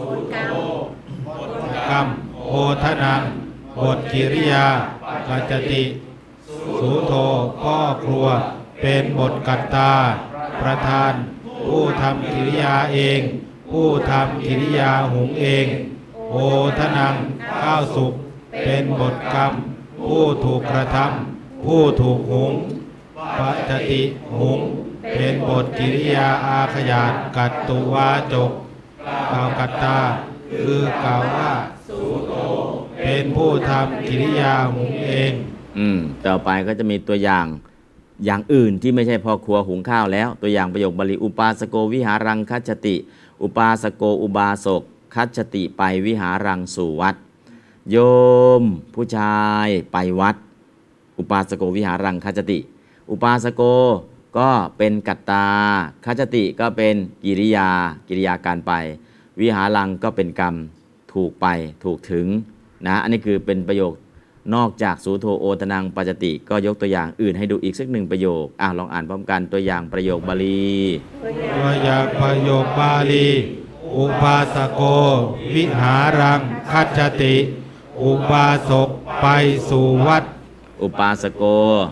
กรรมโอทนังบทกิริยาปัจจติสูโทพ่อครัวเป็นบทกัตตาประธานผู้ทำกิริยาเองผู้ทำกิริยาหุงเองโอทนังข้าวสุกเป็นบทกรรมผู้ถูกกระทำผู้ถูกหุงปัจจติหุงเป็นบทกิริยาอาขยาตกัตตุวาจกกล่าวกัตตาคือกล่าวว่าเป็นผู้ทำกิริยาหุงเองต่อไปก็จะมีตัวอย่างอื่นที่ไม่ใช่พ่อครัวหุงข้าวแล้วตัวอย่างประโยคบาลีอุปาสโกวิหารังคัจฉติ อุปาสโกอุบาสกคัจฉติไปวิหารังสู่วัดโยมผู้ชายไปวัดอุปาสโกวิหารังคัจฉติอุปาสโกก็เป็นกัตตาคัจฉติก็เป็นกิริยาการไปวิหารังก็เป็นกรรมถูกไปถูกถึงนะอันนี้คือเป็นประโยคนอกจากสูโทโอทนังปัจจติก็ยกตัวอย่างอื่นให้ดูอีกสักหนึ่งประโยคลองอ่านพร้อมกันตัวอย่างประโยคบาลีตัวอย่างประโยคบาลีอุปาสโกวิหารังคัจฉติอุบาสกไปสู่วัดอุปาสโก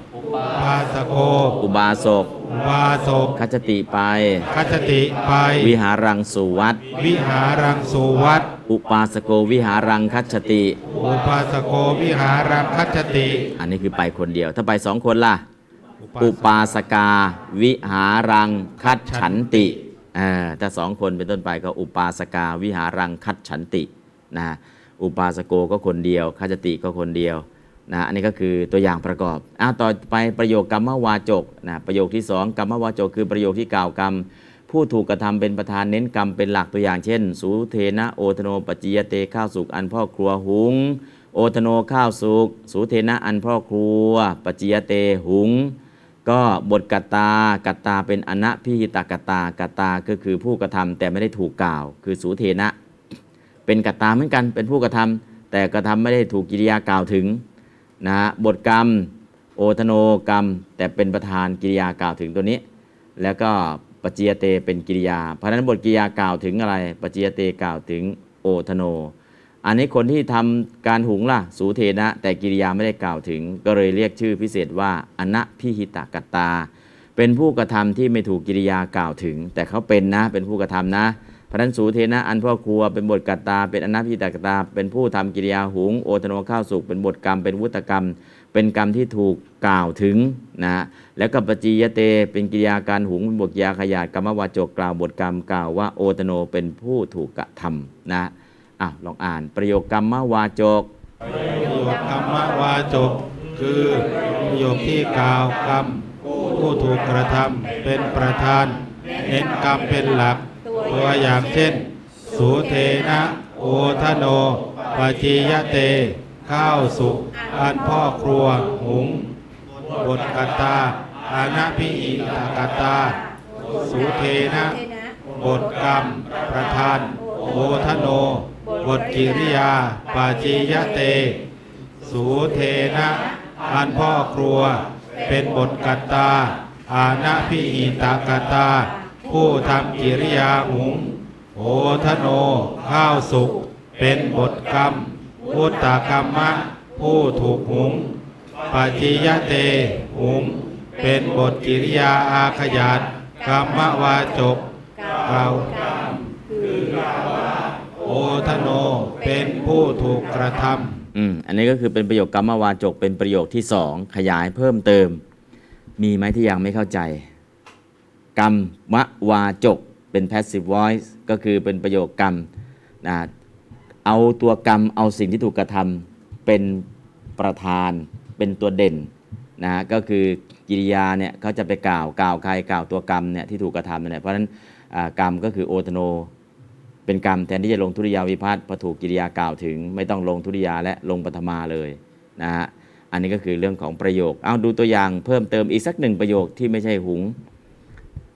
อุบาสกคัจฉติไปวิหารังสู่วัดอุปาสโกวิหารังคัจฉติอันนี้คือไปคนเดียวถ้าไปสองคนล่ะอุปาสกาวิหารังคัจฉันติถ้าสองคนเป็นต้นไปก็อุปาสกาวิหารังคัจฉันตินะอุปาสโกก็คนเดียวคัจฉติก็คนเดียวนะอันนี้ก็คือตัวอย่างประกอบต่อไปประโยคกรรมวาจกนะประโยคที่สองกรรมวาจกคือประโยคที่กล่าวกรรมผู้ถูกกระทำเป็นประธานเน้นกรรมเป็นหลักตัวอย่างเช่นสูเทนะโอทโนปัจจิยเตข้าวสุกอันพ่อครัวหุงโอทโนข้าวสุกสูเทนะอันพ่อครัวปัจจิยเตหุงก็บทกัตตาเป็นอนะพิหิตกัตตาก็คือผู้กระทำแต่ไม่ได้ถูกกล่าวคือสูเทนะเป็นกัตตาเหมือนกันเป็นผู้กระทำแต่กระทำไม่ได้ถูกกิริยากล่าวถึงนะบทกรรมโอทโนกรรมแต่เป็นประธานกิริยากล่าวถึงตัวนี้แล้วก็ปัจจิยเตเป็นกิริยาเพราะฉะนั้นบทกิริยากล่าวถึงอะไรปัจจิยเตกล่าวถึงโอทโนอันนี้คนที่ทำการหุงล่ะสูเทนะแต่กิริยาไม่ได้กล่าวถึงก็เลยเรียกชื่อพิเศษว่าอนะพิหิตกัตตาเป็นผู้กระทำที่ไม่ถูกกิริยากล่าวถึงแต่เขาเป็นนะเป็นผู้กระทำนะเพราะฉะนั้นสูเทนะอันพ่อครัวเป็นบทกัตตาเป็นอนะพิหิตกัตตาเป็นผู้ทำกิริยาหุงโอทโนข้าวสุกเป็นบทกรรมเป็นวุตกรรมเป็นกรรมที่ถูกกล่าวถึงนะแล้วก็ปัจจิยเตเป็นกิริยาการหุงเป็นบทกิริยาขยาดกรรมวาจกกล่าวบทกรรมกล่าวว่าโอทโนเป็นผู้ถูกกระทำนะลองอ่านประโยคกรรมวาจกคือประโยคที่กล่าวกรรมผู้ถูกกระทำเป็นประธานเน้นกรรมเป็นหลักตัวอย่างเช่นสูเทนะโอทโนปัจจิยเตข้าวสุกอันพ่อครัวหุงบทกัตตาอานะพิหิตกัตตาสูเทนะบทกรรมประธานโอทโนบทกิริยาปัจจิยเตสูเทนะอันพ่อครัวเป็นบทกัตตาอานะพิหิตกัตตาผู้ทำกิริยาหุงโอทโนข้าวสุกเป็นบทกรรมวุตตกรรมะผู้ถูกหุงปัจจิยเตหุงเป็นบทกิริยาอาขยาดกรรมวาจกกล่าวคือกล่าวว่าโอทโนเป็นผู้ถูกกระทำอันนี้ก็คือเป็นประโยคกรรมวาจกเป็นประโยคที่สองขยายเพิ่มเติมมีไหมที่ยังไม่เข้าใจกรรมวาจกเป็น passive voice ก็คือเป็นประโยคกรรมนะเอาตัวกรรมเอาสิ่งที่ถูกกระทำเป็นประธานเป็นตัวเด่นนะก็คือกิริยาเนี่ยเขาจะไปกล่าวใครกล่าวตัวกรรมเนี่ยที่ถูกกระทำเนี่ยเพราะฉะนั้นกรรมก็คือโอทโนเป็นกรรมแทนที่จะลงทุติยาวิภัตติพอถูกกิริยากล่าวถึงไม่ต้องลงทุติยาและลงปฐมาเลยนะฮะอันนี้ก็คือเรื่องของประโยคเอาดูตัวอย่างเพิ่มเติมอีกสักหนึ่งประโยคที่ไม่ใช่หุง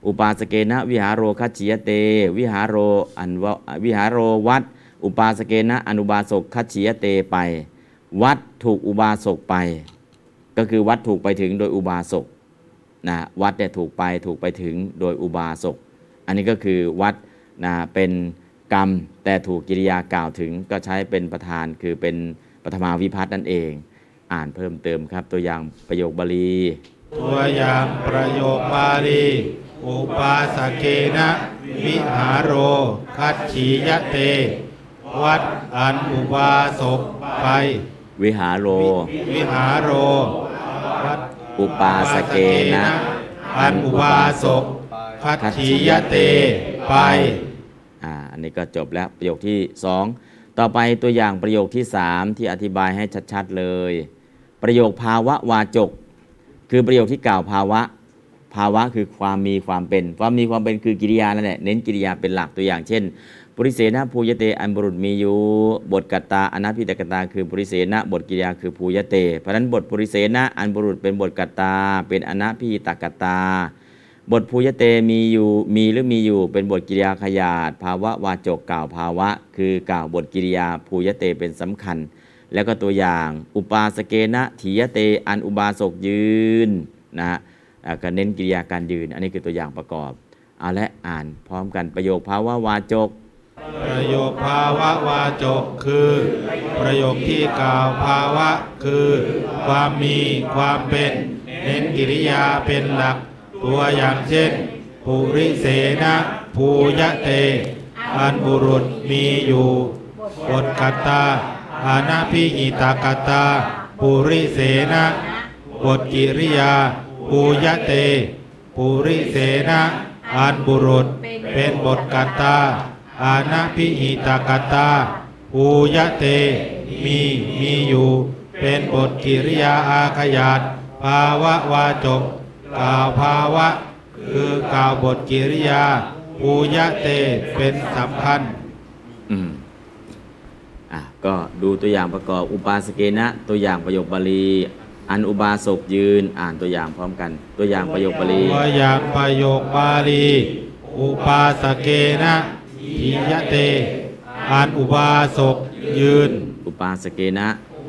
อุปาสเกนะวิหารโรคัจฉิยเตวิหารโรวิหารโรวัดอุปาสเกนะอนุบาสกคัจฉิยเตไปวัดถูกอุบาสกไปก็คือวัดถูกไปถึงโดยอุบาสกนะวัดเนี่ยถูกไปถึงโดยอุบาสกอันนี้ก็คือวัดนะเป็นกรรมแต่ถูกกิริยากล่าวถึงก็ใช้เป็นประธานคือเป็นปฐมาวิภัตนั่นเองอ่านเพิ่มเติมครับตัวอย่างประโยคบาลีตัวอย่างประโยคบาลีอุปาสเกนะวิหารโรคัจฉิยเตวัดอันอุบาสกไปวิหารโรวิหารโรวัดอุปาสเกนะอันอุบาสกคัจฉิยเตไปอันนี้ก็จบแล้วประโยคที่2ต่อไปตัวอย่างประโยคที่3ที่อธิบายให้ชัดๆเลยประโยคภาวะวาจกคือประโยคที่กล่าวภาวะคือความมีความเป็นคือกิริยานั่นแหละเน้นกิริยาเป็นหลักตัวอย่างเช่นปุริเสนะภูยเตอันบุรุษมีอยู่บทกัตตาอนัพพิตกตาคือปุริเสนะบทกิริยาคือภูยเตเพราะฉะนั้นบทปุริเสนะอันบุรุษเป็นบทกัตตาเป็นอนัพพิตกตาบทภูยเตมีอยู่มีหรือมีอยู่เป็นบทกิริยาขยาดภาวะวาจกกล่าวภาวะคือกล่าวบทกิริยาภูยเตเป็นสำคัญแล้วก็ตัวอย่างอุปาสเกนะถียเตอันอุบาสกยืนนะก็เน้นกิริยาการยืนอันนี้คือตัวอย่างประกอบเอาและอ่านพร้อมกันประโยคภาวะวาจกประโยคภาวะวาจกคือประโยคที่กล่าวภาวะคือความมีความเป็นเน้นกิริยาเป็นหลักตัวอย่างเช่นปุริเสนะภูยเตอันบุรุษมีอยู่บทกัตตาอานาพิหิตากตาปุริเสนะบทกิริยาภูยเตปุริเสนะอันบุรุษเป็นบทกัตตาอานาพิหิตากตาภูยเตมีอยู่เป็นบทกิริยาอาขยาดภาวะวาจกกล่าวภาวะคือกล่าวบทกิริยาภูยเตเป็นสำคัญก็ดูตัวอย่างประกอบอุปาสเกนะตัวอย่างประโยคบาลีอันอุบาสกยืนอ่านตัวอย่างพร้อมกันตัวอย่างประโยคบาลีตัวอย่างประโยคบาลีอุปาสเกนะถียเตอันอุบาสกยืนอุปาสเกนะ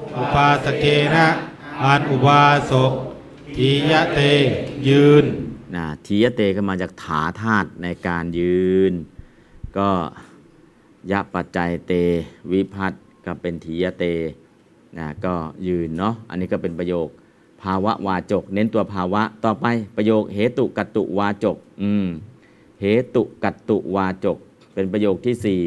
อันอุบาสกถียเตยืนถียเตก็มาจากถาธาตุในการยืนก็ยะปัจจัยเตวิภัตก็เป็นถียเตก็ยืนเนาะอันนี้ก็เป็นประโยคภาวะวาจกเน้นตัวภาวะต่อไปประโยคเหตุกัตตุวาจกเหตุกัตตุวาจกเป็นประโยคที่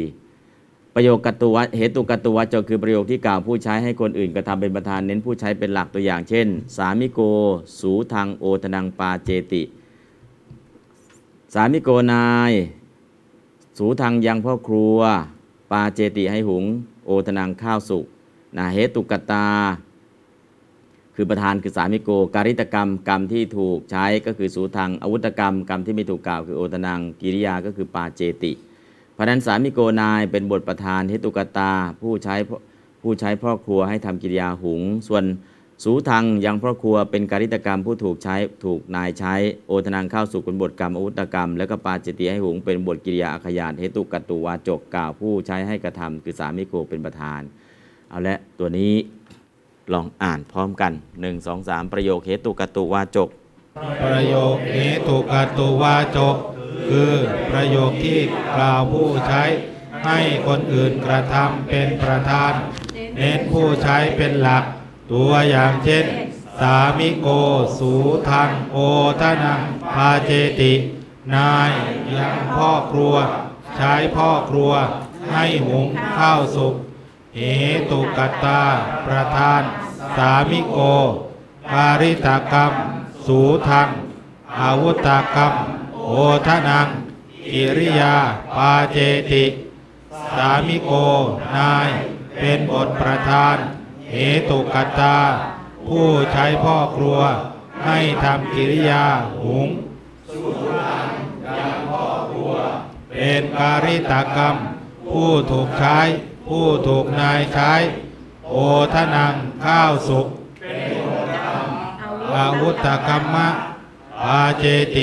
4ประโยคเหตุกัตตุวาจกคือประโยคที่กล่าวผู้ใช้ให้คนอื่นกระทำเป็นประธานเน้นผู้ใช้เป็นหลักตัวอย่างเช่นสามิโกสูทังโอทนังปาเจติสามิโกนายสูทังยังพ่อครัวปาเจติให้หุงโอทนังข้าวสุกเหตุกตาคือประธานคือสามิโกการิตกรรมกรรมที่ถูกใช้ก็คือสูทังอาวุธกรรมกรรมที่ไม่ถูกกล่าวคือโอทนังกิริยาก็คือปาเจติเพราะนั้นสามิโกนายเป็นบทประธานเหตุกตาผู้ใช้พ่อครัวให้ทำกิริยาหุงส่วนสูทังยังพ่อครัวเป็นการิตกรรมผู้ถูกนายใช้โอทนังข้าวสุกเป็นบทกรรมอาวุธกรรมแล้วก็ปาเจติให้หุงเป็นบทกิริยาอาขยานเหตุกัตตุวาจกกล่าวผู้ใช้ให้กระทำคือสามิโกเป็นประธานเอาละตัวนี้ลองอ่านพร้อมกัน1 2 3ประโยคเหตุกัตตุวาจกประโยคเหตุกัตตุวาจกคือประโยคที่กล่าวผู้ใช้ให้คนอื่นกระทำเป็นประธานเน้นผู้ใช้เป็นหลักตัวอย่างเช่นสามิโกสูทังโอทนังปาเจตินายยังพ่อครัวใช้พ่อครัวให้หุงข้าวสุกเหตุกัตตาประธานสามิโกการิตกรรมสูทังอาวุธกรรมโอทนังกิริยาปาเจติสามิโกนายเป็นบทประธานเหตุกัตตาผู้ใช้พ่อครัวให้ทำกิริยาหุงสูทังยังพ่อครัวเป็นการิตกรรมผู้ถูกใช้ผู้ถูกนายใช้โอทนังข้าวสุกเป็นอาวุธกรรมะปาเจติ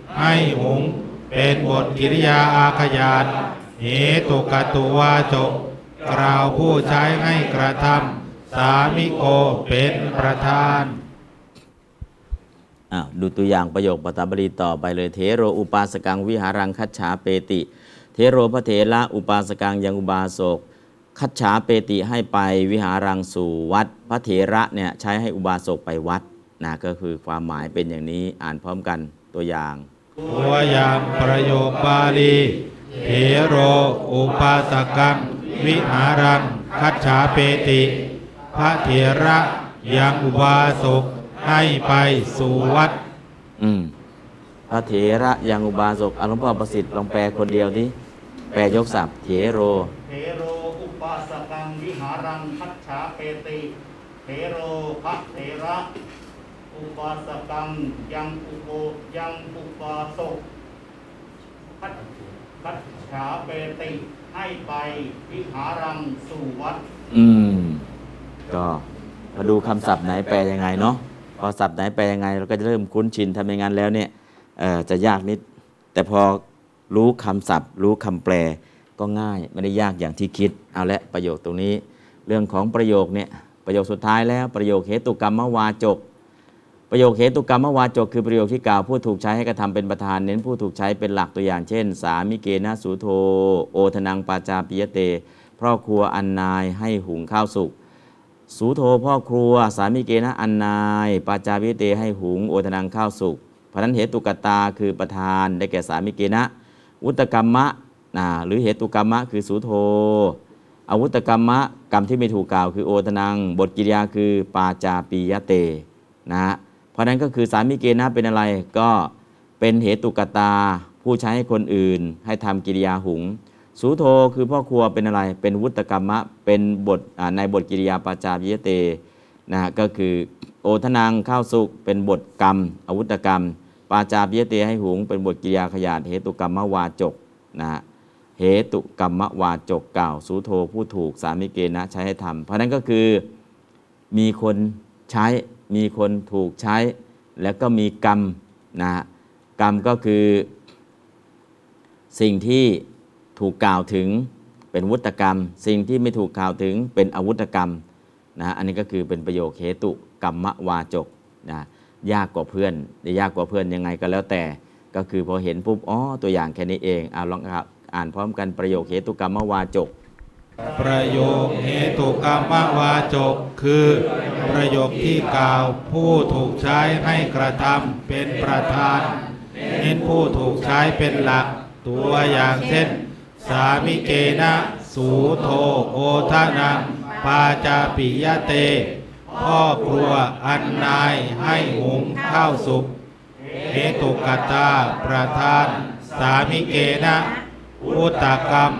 ให้หุงเป็นบทกิริยาอาขยาตเหตุกตุวาจกกล่าวผู้ใช้ให้กระทำสามิโกเป็นประธานดูตัวอย่างประโยคปฐบาลีต่อไปเลยเทโรอุปาสกังวิหารังคัจฉาเปติเทโรพระเถระอุปาสกังยังอุบาสกคัจฉาเปติให้ไปวิหารังสู่วัดพระเถระเนี่ยใช้ให้อุบาสกไปวัดนะก็คือความหมายเป็นอย่างนี้อ่านพร้อมกันตัวอย่างตัวอย่างประโยคบาลีเถโรอุปาสกังวิหารังคัจฉาเปติพระเถระยังอุบาสกให้ไปสู่วัดพระเถระยังอุบาสกหลวงพ่อประสิทธิ์ลองแปลคนเดียวดิแปลยกศัพท์เถโรเถโรอุปาสกังวิหารังคัจฉาเปติเถโรพระเถระอุปาสกังยังอุปาสกคัจฉาเปติให้ไปวิหารังสู่วัดก็มาดูคำศัพท์ไหนแปลยังไงเนาะพอศัพท์ไหนแปลยังไงเราก็จะเริ่มคุ้นชินทำอย่างนั้นแล้วเนี่ยจะยากนิดแต่พอรู้คำศัพท์รู้คำแปลก็ง่ายไม่ได้ยากอย่างที่คิดเอาละประโยคตรงนี้เรื่องของประโยคเนี่ยประโยคสุดท้ายแล้วประโยคเหตุกรรมวาจกประโยคเหตุกรรมวาจกคือประโยคที่กล่าวผู้ถูกใช้ให้กระทำเป็นประธานเน้นผู้ถูกใช้เป็นหลักตัวอย่างเช่นสามิเกนะสุโธโอทนังปาจาปิยเตพ่อครัวอันนายให้หุงข้าวสุกสุโธพ่อครัวสามิเกนะอันนายปาจาปิยเตให้หุงโอทนังข้าวสุกเพราะนั้นเหตุกตาคือประธานได้แก่สามิเกนะวุตกรรมะหรือเหตุกรรมะคือสุโธอวุตกรรมะกรรมที่ไม่ถูกกล่าวคือโอทนังบทกิริยาคือปาจาปิยเตนะเพราะนั้นก็คือสามิเกนะเป็นอะไรก็เป็นเหตุกตาผู้ใช้ให้คนอื่นให้ทำกิริยาหุงสุโธคือพ่อครัวเป็นอะไรเป็นวุตกรรมะเป็นบทในบทกิริยาปาจาปิยเตนะก็คือโอทนังข้าวสุกเป็นบทกรรมอวุตกรรมปาจาปิยเตให้หุงเป็นบทกิริยาขยาดเหตุกรรมวาจกนะเหตุกรรมวาจกกล่าวสุโธผู้ถูกสามิเกนะใช้ให้ทำเพราะนั้นก็คือมีคนใช้มีคนถูกใช้แล้วก็มีกรรมนะกรรมก็คือสิ่งที่ถูกกล่าวถึงเป็นวุตกรรมสิ่งที่ไม่ถูกกล่าวถึงเป็นอวุตกรรมนะอันนี้ก็คือเป็นประโยคเหตุกรรมวาจกนะยากกว่าเพื่อนได้ยากกว่าเพื่อนยังไงก็แล้วแต่ก็คือพอเห็นปุ๊บตัวอย่างแค่นี้เองลองอ่านพร้อมกันประโยคเหตุกรรมวาจกประโยคเหตุกรรมวาจกคือประโยคที่กล่าวผู้ถูกใช้ให้กระทำเป็นประธานเน้นผู้ถูกใช้เป็นหลักตัวอย่างเช่นสามิเกนะสูโธโอทานังปาจาปิยเตพ่อครัวอันนายให้หุงข้าวสุกเหตุกตาประธานสามิเกนะวุตกรรม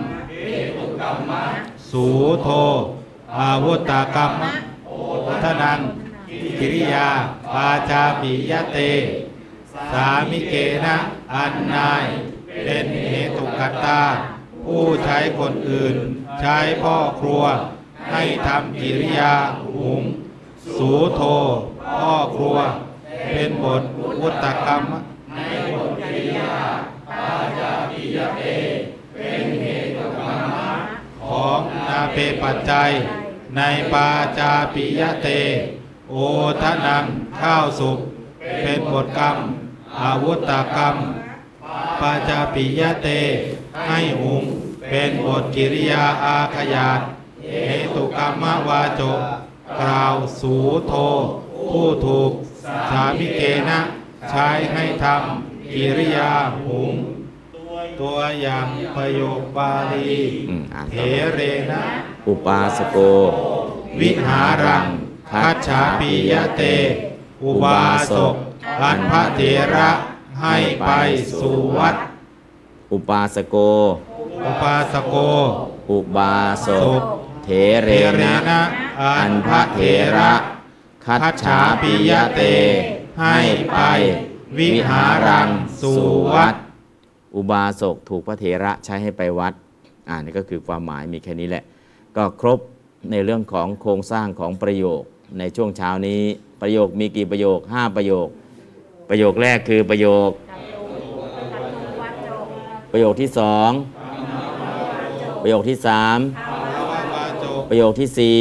สูโธอาวุตกรรมโอทนังกิริยาปาจาปิยเตสามิเกนะอันนายเป็นเหตุกตาผู้ใช้คนอื่นใช้พ่อครัวให้ทำกิริยาหุงสูโธพ่อครัวเป็นบทวุตกรรมในบทกิริยาปาจาปิยเตเป็นเหตุกรรมของนาเปปัจจัยในปาจาปิยเตโอทนังข้าวสุกเป็นบทกรรมอาวุตกรรมปาจาปิยเตให้หุงเป็นบทกิริยาอาขยาตเหตุกรรมวาจกกล่าวสูโธผู้ถูกสามิเกนะใช้ให้ทำกิริยาหุงตัวอย่างประโยคบาลีเถเรนะอุปาสโกวิหารังคัจฉาปิยเตอุบาสกอันพระเถระให้ไปสู่วัดอุปาสโกอุปาสโกอุบาสกเถเรนะอันพระเถระคัจฉาปิยเตให้ไปวิหารังสู่วัดอุบาสกถูกพระเถระใช้ให้ไปวัดนี่ก็คือความหมายมีแค่นี้แหละก็ครบในเรื่องของโครงสร้างของประโยคในช่วงเช้านี้ประโยคมีกี่ประโยค5ประโยคประโยคแรกคือประโยคประโยคที่สองประโยคที่สามภาวะวาจกประโยคที่สี่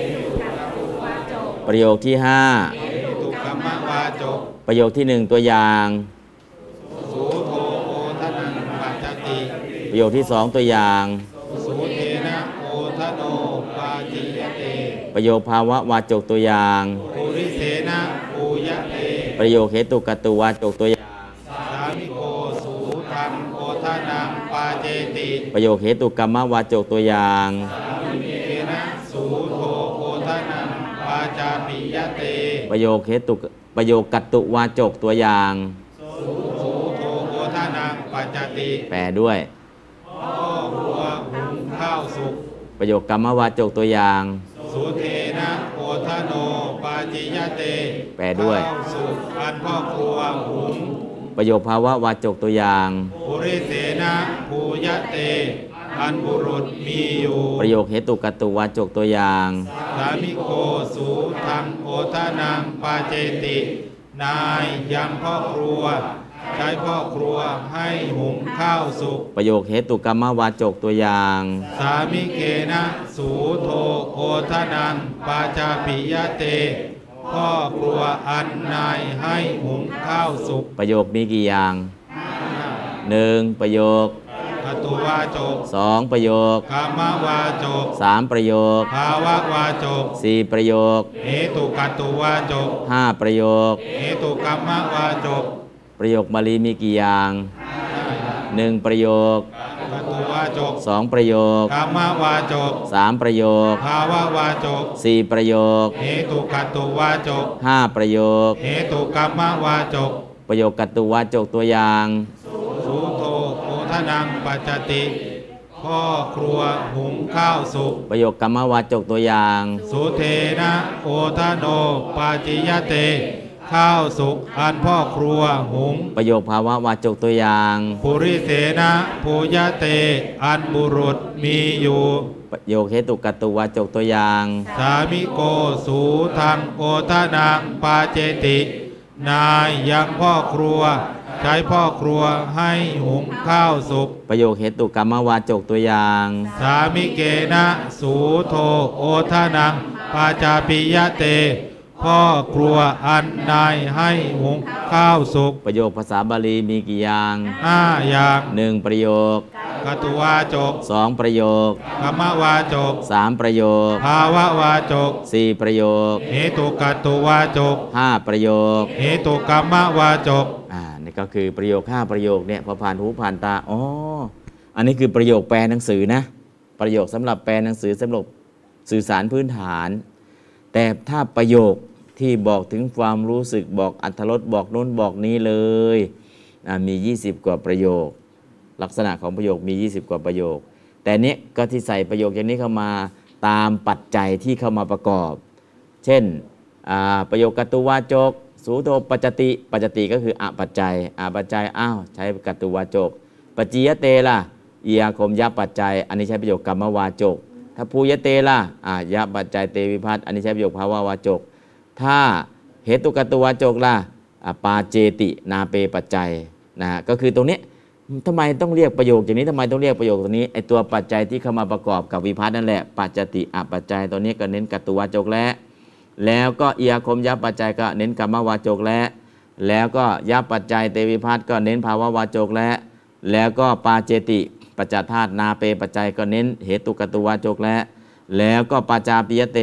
ประโยคที่ห้าตุกรรมวาจกประโยคที่หนึ่งตัวอย่างสูโทโอทนังปัจจติประโยคที่สองตัวอย่างสูเทนะโอทโนปาจิยเตประโยคภาวะวาจกตัวอย่างปุริเสนะปูยะเตประโยคเหตุกตุวาจกตัวอย่างสามิโกสูทังโอทนังปาเจติประโยคเหตุกรรมวาจกตัวอย่างเทนะสูโทโอทนังปาจาปิยะเตประโยคประโยคกัตตุวาจกตัวอย่างสูโทโอทนังปัจจติแปลด้วยพ่อครัวหุงข้าวสุกประโยคกรรมวาจกตัวอย่างสุเทนะโอทโนปาจิยเตแปลด้วยข้าวสุกอันพ่อครัวหุงประโยคภาวะวาจกตัวอย่างปุริเสนะภูยะเต อันบุรุษมีอยู่ประโยคเหตุกตุวาจกตัวอย่างสามิโกสูทังโอทนังปาเจติ นายยังพ่อครัว ใช้พ่อครัวให้หุงข้าวสุกประโยคเหตุกรรมวาจกตัวอย่างสามิเกนะสูโทโอทนังปาจาปิยะเต พ่อครัวอันนายให้หุงข้าวสุกประโยคมีกี่อย่างหนึ่งประโยคกตุวาจกสองประโยคกามวาจกสามประโยคภาวะวาจกสี่ประโยคเหตุกตุวาจกห้าประโยคเหตุกรรมวาจกประโยคบาลีมีกี่อย่างหนึ่งประโยคกตุวาจกสองประโยคกามวาจกสามประโยคภาวะวาจกสี่ประโยคเหตุกตุวาจกห้าประโยคเหตุกรรมวาจกประโยคกัตตุวาจกตัวอย่างสูโทโอทนังปัจจติ พ่อครัวหุงข้าวสุกประโยคกรรมวาจกตัวอย่างสุเทนะโอทโนปาจิยเต ข้าวสุกอันพ่อครัวหุงประโยคภาวะวาจกตัวอย่างปุริเสนะภูยะเต อันบุรุษมีอยู่ประโยคเหตุกัตตุวาจกตัวอย่างสามิโกสูทังโอทนังปาเจติ นายยังพ่อครัว ใช้พ่อครัวให้หุงข้าวสุกประโยคเหตุกรรมวาจกตัวอย่างสามิเกนะสูโทโอทนังปาจาปิยะเต พ่อครัวอันนายให้หุงข้าวสุกประโยคภาษาบาลีมีกี่อย่างห้าอย่างหนึ่งประโยคกตุวาจกสองประโยคกรรมวาจกสามประโยคภาวะวาจกสี่ประโยคเหตุกตุวาจกห้าประโยคเหตุกรรมวาจกนี่ก็คือประโยคห้าประโยคเนี่ยพอผ่านหูผ่านตาอ๋ออันนี้คือประโยคแปลหนังสือนะประโยคสำหรับแปลหนังสือสำหรับสื่อสารพื้นฐาน แต่ถ้าประโยคที่บอกถึงความรู้สึกบอกอรรถรสบอกโน้นบอกนี้เลยมี20กว่าประโยคลักษณะของประโยคมี20กว่าประโยคแต่เนี้ยก็ที่ใส่ประโยคอย่างนี้เข้ามาตามปัจจัยที่เข้ามาประกอบเช่นประโยคกัตตุวาจกสูโทปัจจติปัจจติก็คืออปัจจัยปัจจัยใช้กัตตุวาจกปัจจิยเตล่ะอีอาคมยะปัจจัยอันนี้ใช้ประโยคกรรมวาจกถ้าภูยเตล่ะยะปัจจัยเตวิภัตอันนี้ใช้ประโยคภาวะวาจกถ้าเหตุกัตตุวาจกล่ะปาเจตินาเปปัจจัยนะก็คือตรงนี้ทำไมต้องเรียกประโยคอย่างนี้ทำไมต้องเรียกประโยคตรงนี้ไอตัวปัจจัยที่เข้ามาประกอบกับวิภัตนั่นแหละปัจจติอปัจจัยตัวนี้ก็เน้นกัตตุวาจกแล้วก็อีอาคมยะปัจจัยก็เน้นกรรมวาจกแล้วก็ยะปัจจัยเตวิภัตก็เน้นภาวะวาจกแล้วก็ปาเจติปัจจธาตุนาเปปัจจัยก็เน้นเหตุกัตตุวาจกแล้วก็ปาจาปิยเต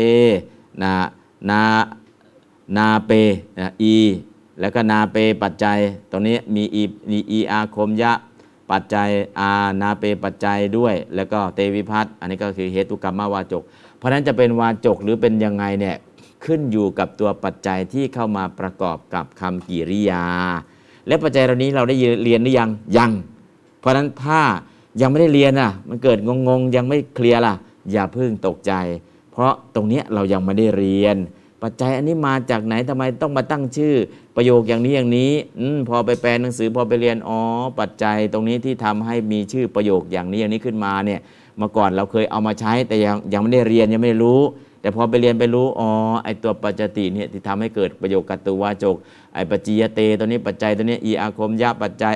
นาเปอีแล้วก็นาเปปัจจัยตรงนี้มีอีอาคมยะปัจจัยนาเปปัจจัยด้วยแล้วก็เตวิภัตอันนี้ก็คือเหตุกรรมวาจกเพราะฉะนั้นจะเป็นวาจกหรือเป็นยังไงเนี่ยขึ้นอยู่กับตัวปัจจัยที่เข้ามาประกอบกับคำกริยาและปัจจัยเหล่านี้เราได้เรียนหรือยังเพราะฉะนั้นถ้ายังไม่ได้เรียนมันเกิดงงยังไม่เคลียร์อย่าเพิ่งตกใจเพราะตรงนี้เรายังไม่ได้เรียนปัจจัยอันนี้มาจากไหนทำไมต้องมาตั้งชื่อประโยคอย่างนี้พอไปแปลหนังสือพอไปเรียนปัจจัยตรงนี้ที่ทำให้มีชื่อประโยคอย่างนี้ขึ้นมาเนี่ยเมื่อก่อนเราเคยเอามาใช้แต่ยังไม่ได้เรียนยังไม่ได้รู้แต่พอไปเรียนไปรู้ไอตัวปัจจติเนี่ยที่ทำให้เกิดประโยคกัตตุวาจกไอปัจจิยเตตัวนี้ปัจจัยตัวนี้อีอาคมยะปัจจัย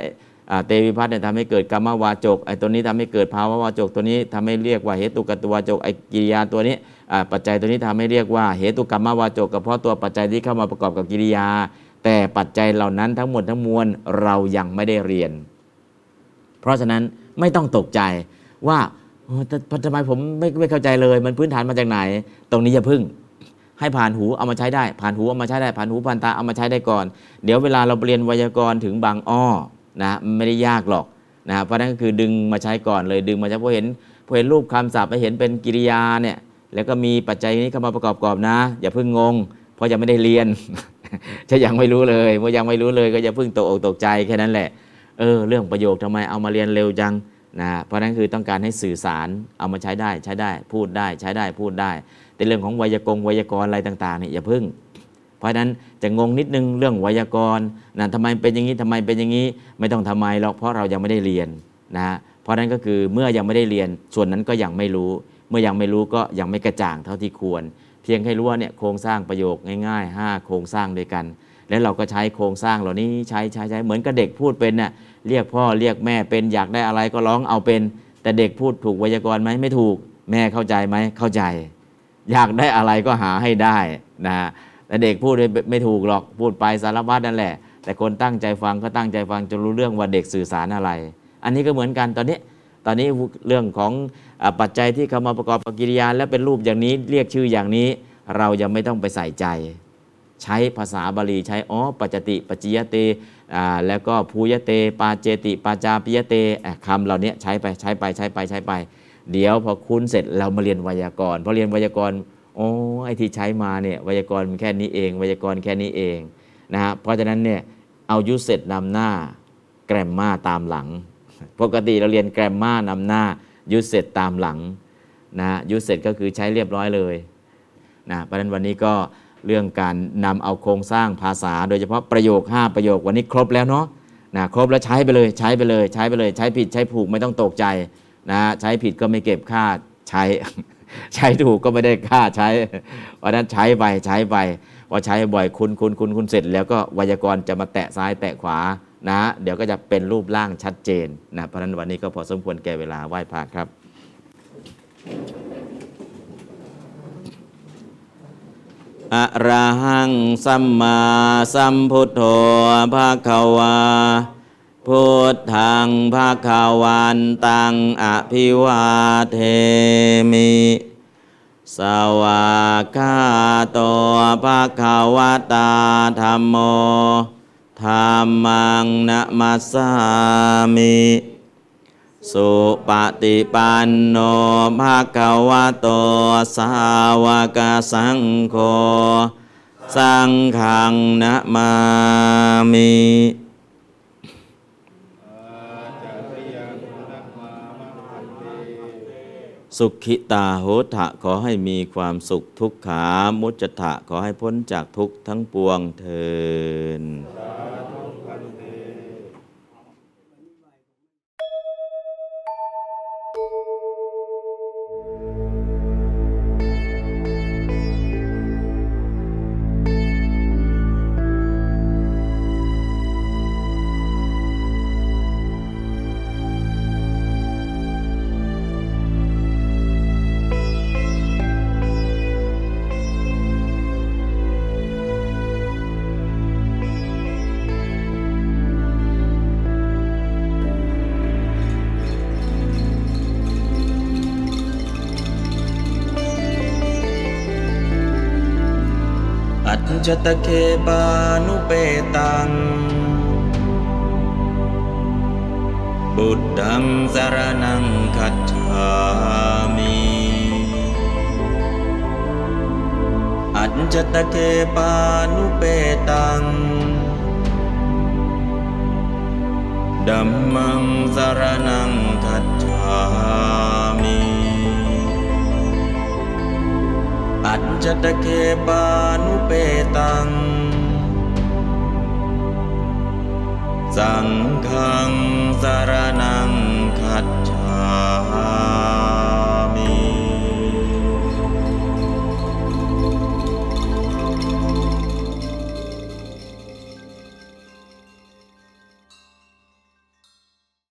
เตวิภัตเนี่ยทำให้เกิดกรรมวาจกไอ้ตัวนี้ทำให้เกิดภาวะวาจกตัวนี้ทำให้เรียกว่าเหตุกตวาจกไอ้กิริยาตัวนี้ปัจจัยตัวนี้ทำให้เรียกว่าเหตุกรรมวาจกก็เพราะตัวปัจจัยที่เข้ามาประกอบกับกิริยาแต่ปัจจัยเหล่านั้นทั้งหมดทั้งมวลเรายังไม่ได้เรียนเพราะฉะนั้นไม่ต้องตกใจว่าทำไมผมไม่เข้าใจเลยมันพื้นฐานมาจากไหนตรงนี้อย่าพึ่งให้ผ่านหูเอามาใช้ได้ผ่านหูเอามาใช้ได้ผ่านหูผ่านตาเอามาใช้ได้ก่อนเดี๋ยวเวลาเราเรียนไวยากรณ์ถึงบางอ้อนะไม่ได้ยากหรอกนะเพราะนั้นก็คือดึงมาใช้ก่อนเลยดึงมาใช้พอเห็นรูปคำศัพท์ไปเห็นเป็นกิริยาเนี่ยแล้วก็มีปัจจัยนี้เข้ามาประกอบนะอย่าเพิ่งงงเพราะยังไม่ได้เรียน จะยังไม่รู้เลยเมื่อยังไม่รู้เลยก็อย่าเพิ่งตกอกตกใจแค่นั้นแหละเรื่องประโยคทำไมเอามาเรียนเร็วจังนะเพราะนั้นคือต้องการให้สื่อสารเอามาใช้ได้พูดได้ใช้ได้พูดได้แต่เรื่องของไวยากรณ์อะไรต่างๆเนี่ยอย่าเพิ่งเพราะฉะนั้นจะงงนิดนึงเรื่องไวยากรณ์นะทำไมเป็นอย่างนี้ทำไมเป็นอย่างนี้ไม่ต้องทำไมหรอกเพราะเรายังไม่ได้เรียนนะเพราะนั้นก็คือเมื่อยังไม่ได้เรียนส่วนนั้นก็ยังไม่รู้เมื่อยังไม่รู้ก็ยังไม่กระจ่างเท่าที่ควรเพียงให้รู้ว่าเนี่ยโครงสร้างประโยคง่ายๆ5โครงสร้างด้วยกันแล้วเราก็ใช้โครงสร้างเหล่านี้ใช้เหมือนกับเด็กพูดเป็นน่ะเรียกพ่อเรียกแม่เป็นอยากได้อะไรก็ร้องเอาเป็นแต่เด็กพูดถูกไวยากรณ์ไหมไม่ถูกแม่เข้าใจไหมเข้าใจอยากได้อะไรก็หาให้ได้นะแต่เด็กพูดไม่ถูกหรอกพูดไปสารพัดนั่นแหละแต่คนตั้งใจฟังก็ตั้งใจฟังจนรู้เรื่องว่าเด็กสื่อสารอะไรอันนี้ก็เหมือนกันตอนนี้เรื่องของปัจจัยที่เข้ามาประกอบกิริยาและเป็นรูปอย่างนี้เรียกชื่ออย่างนี้เรายังไม่ต้องไปใส่ใจใช้ภาษาบาลีใช้ปัจจติปัจจิยเตแล้วก็ภูยเตปาเจติปาจาปิยเตคำเหล่านี้ใช้ไปเดี๋ยวพอคุ้นเสร็จเรามาเรียนไวยากรณ์พอเรียนไวยากรณ์ไอ้ที่ใช้มาเนี่ยไวยากรณ์มันแค่นี้เองไวยากรณ์แค่นี้เองนะฮะเพราะฉะนั้นเนี่ยเอายูสเซจนำหน้าแกรมมาตามหลังปกติเราเรียนแกรมมานำหน้ายูสเซจตามหลังนะยูสเซจก็คือใช้เรียบร้อยเลยนะเพราะฉะนั้นวันนี้ก็เรื่องการนำเอาโครงสร้างภาษาโดยเฉพาะประโยค5ประโยควันนี้ครบแล้วเนาะนะครบแล้วใช้ไปเลยใช้ผิดใช้ถูกไม่ต้องตกใจนะใช้ผิดก็ไม่เก็บค่าใช้ ใช้ถูกก็ไม่ได้ค่าใช้เพราะนั้นใช้ไปพอใช้บ่อยคุณเสร็จแล้วก็ไวยากรณ์จะมาแตะซ้ายแตะขวานะเดี๋ยวก็จะเป็นรูปร่างชัดเจนนะเพราะนั้นวันนี้ก็พอสมควรแก่เวลาไหว้พระครับอะระหังสัมมาสัมพุทโธภควาพุทธังภควันตังอภิวาเทมิสวากขาโตภควตาธัมโมธัมมังนะมัสสามิสุปฏิปันโนภควโตสาวกสังโฆสังฆังนะมามิสุขิตาโหทะขอให้มีความสุขทุกขามุจจทะขอให้พ้นจากทุกข์ทั้งปวงเถิดอัจจตเคปานุเปตังบุตตังสรณังคัจฉามิอัจจตเคปานุเปตังธัมมังสรณังคัจฉามิอัจจตเคปานุเปตังสังฆังสรณังคัจฉา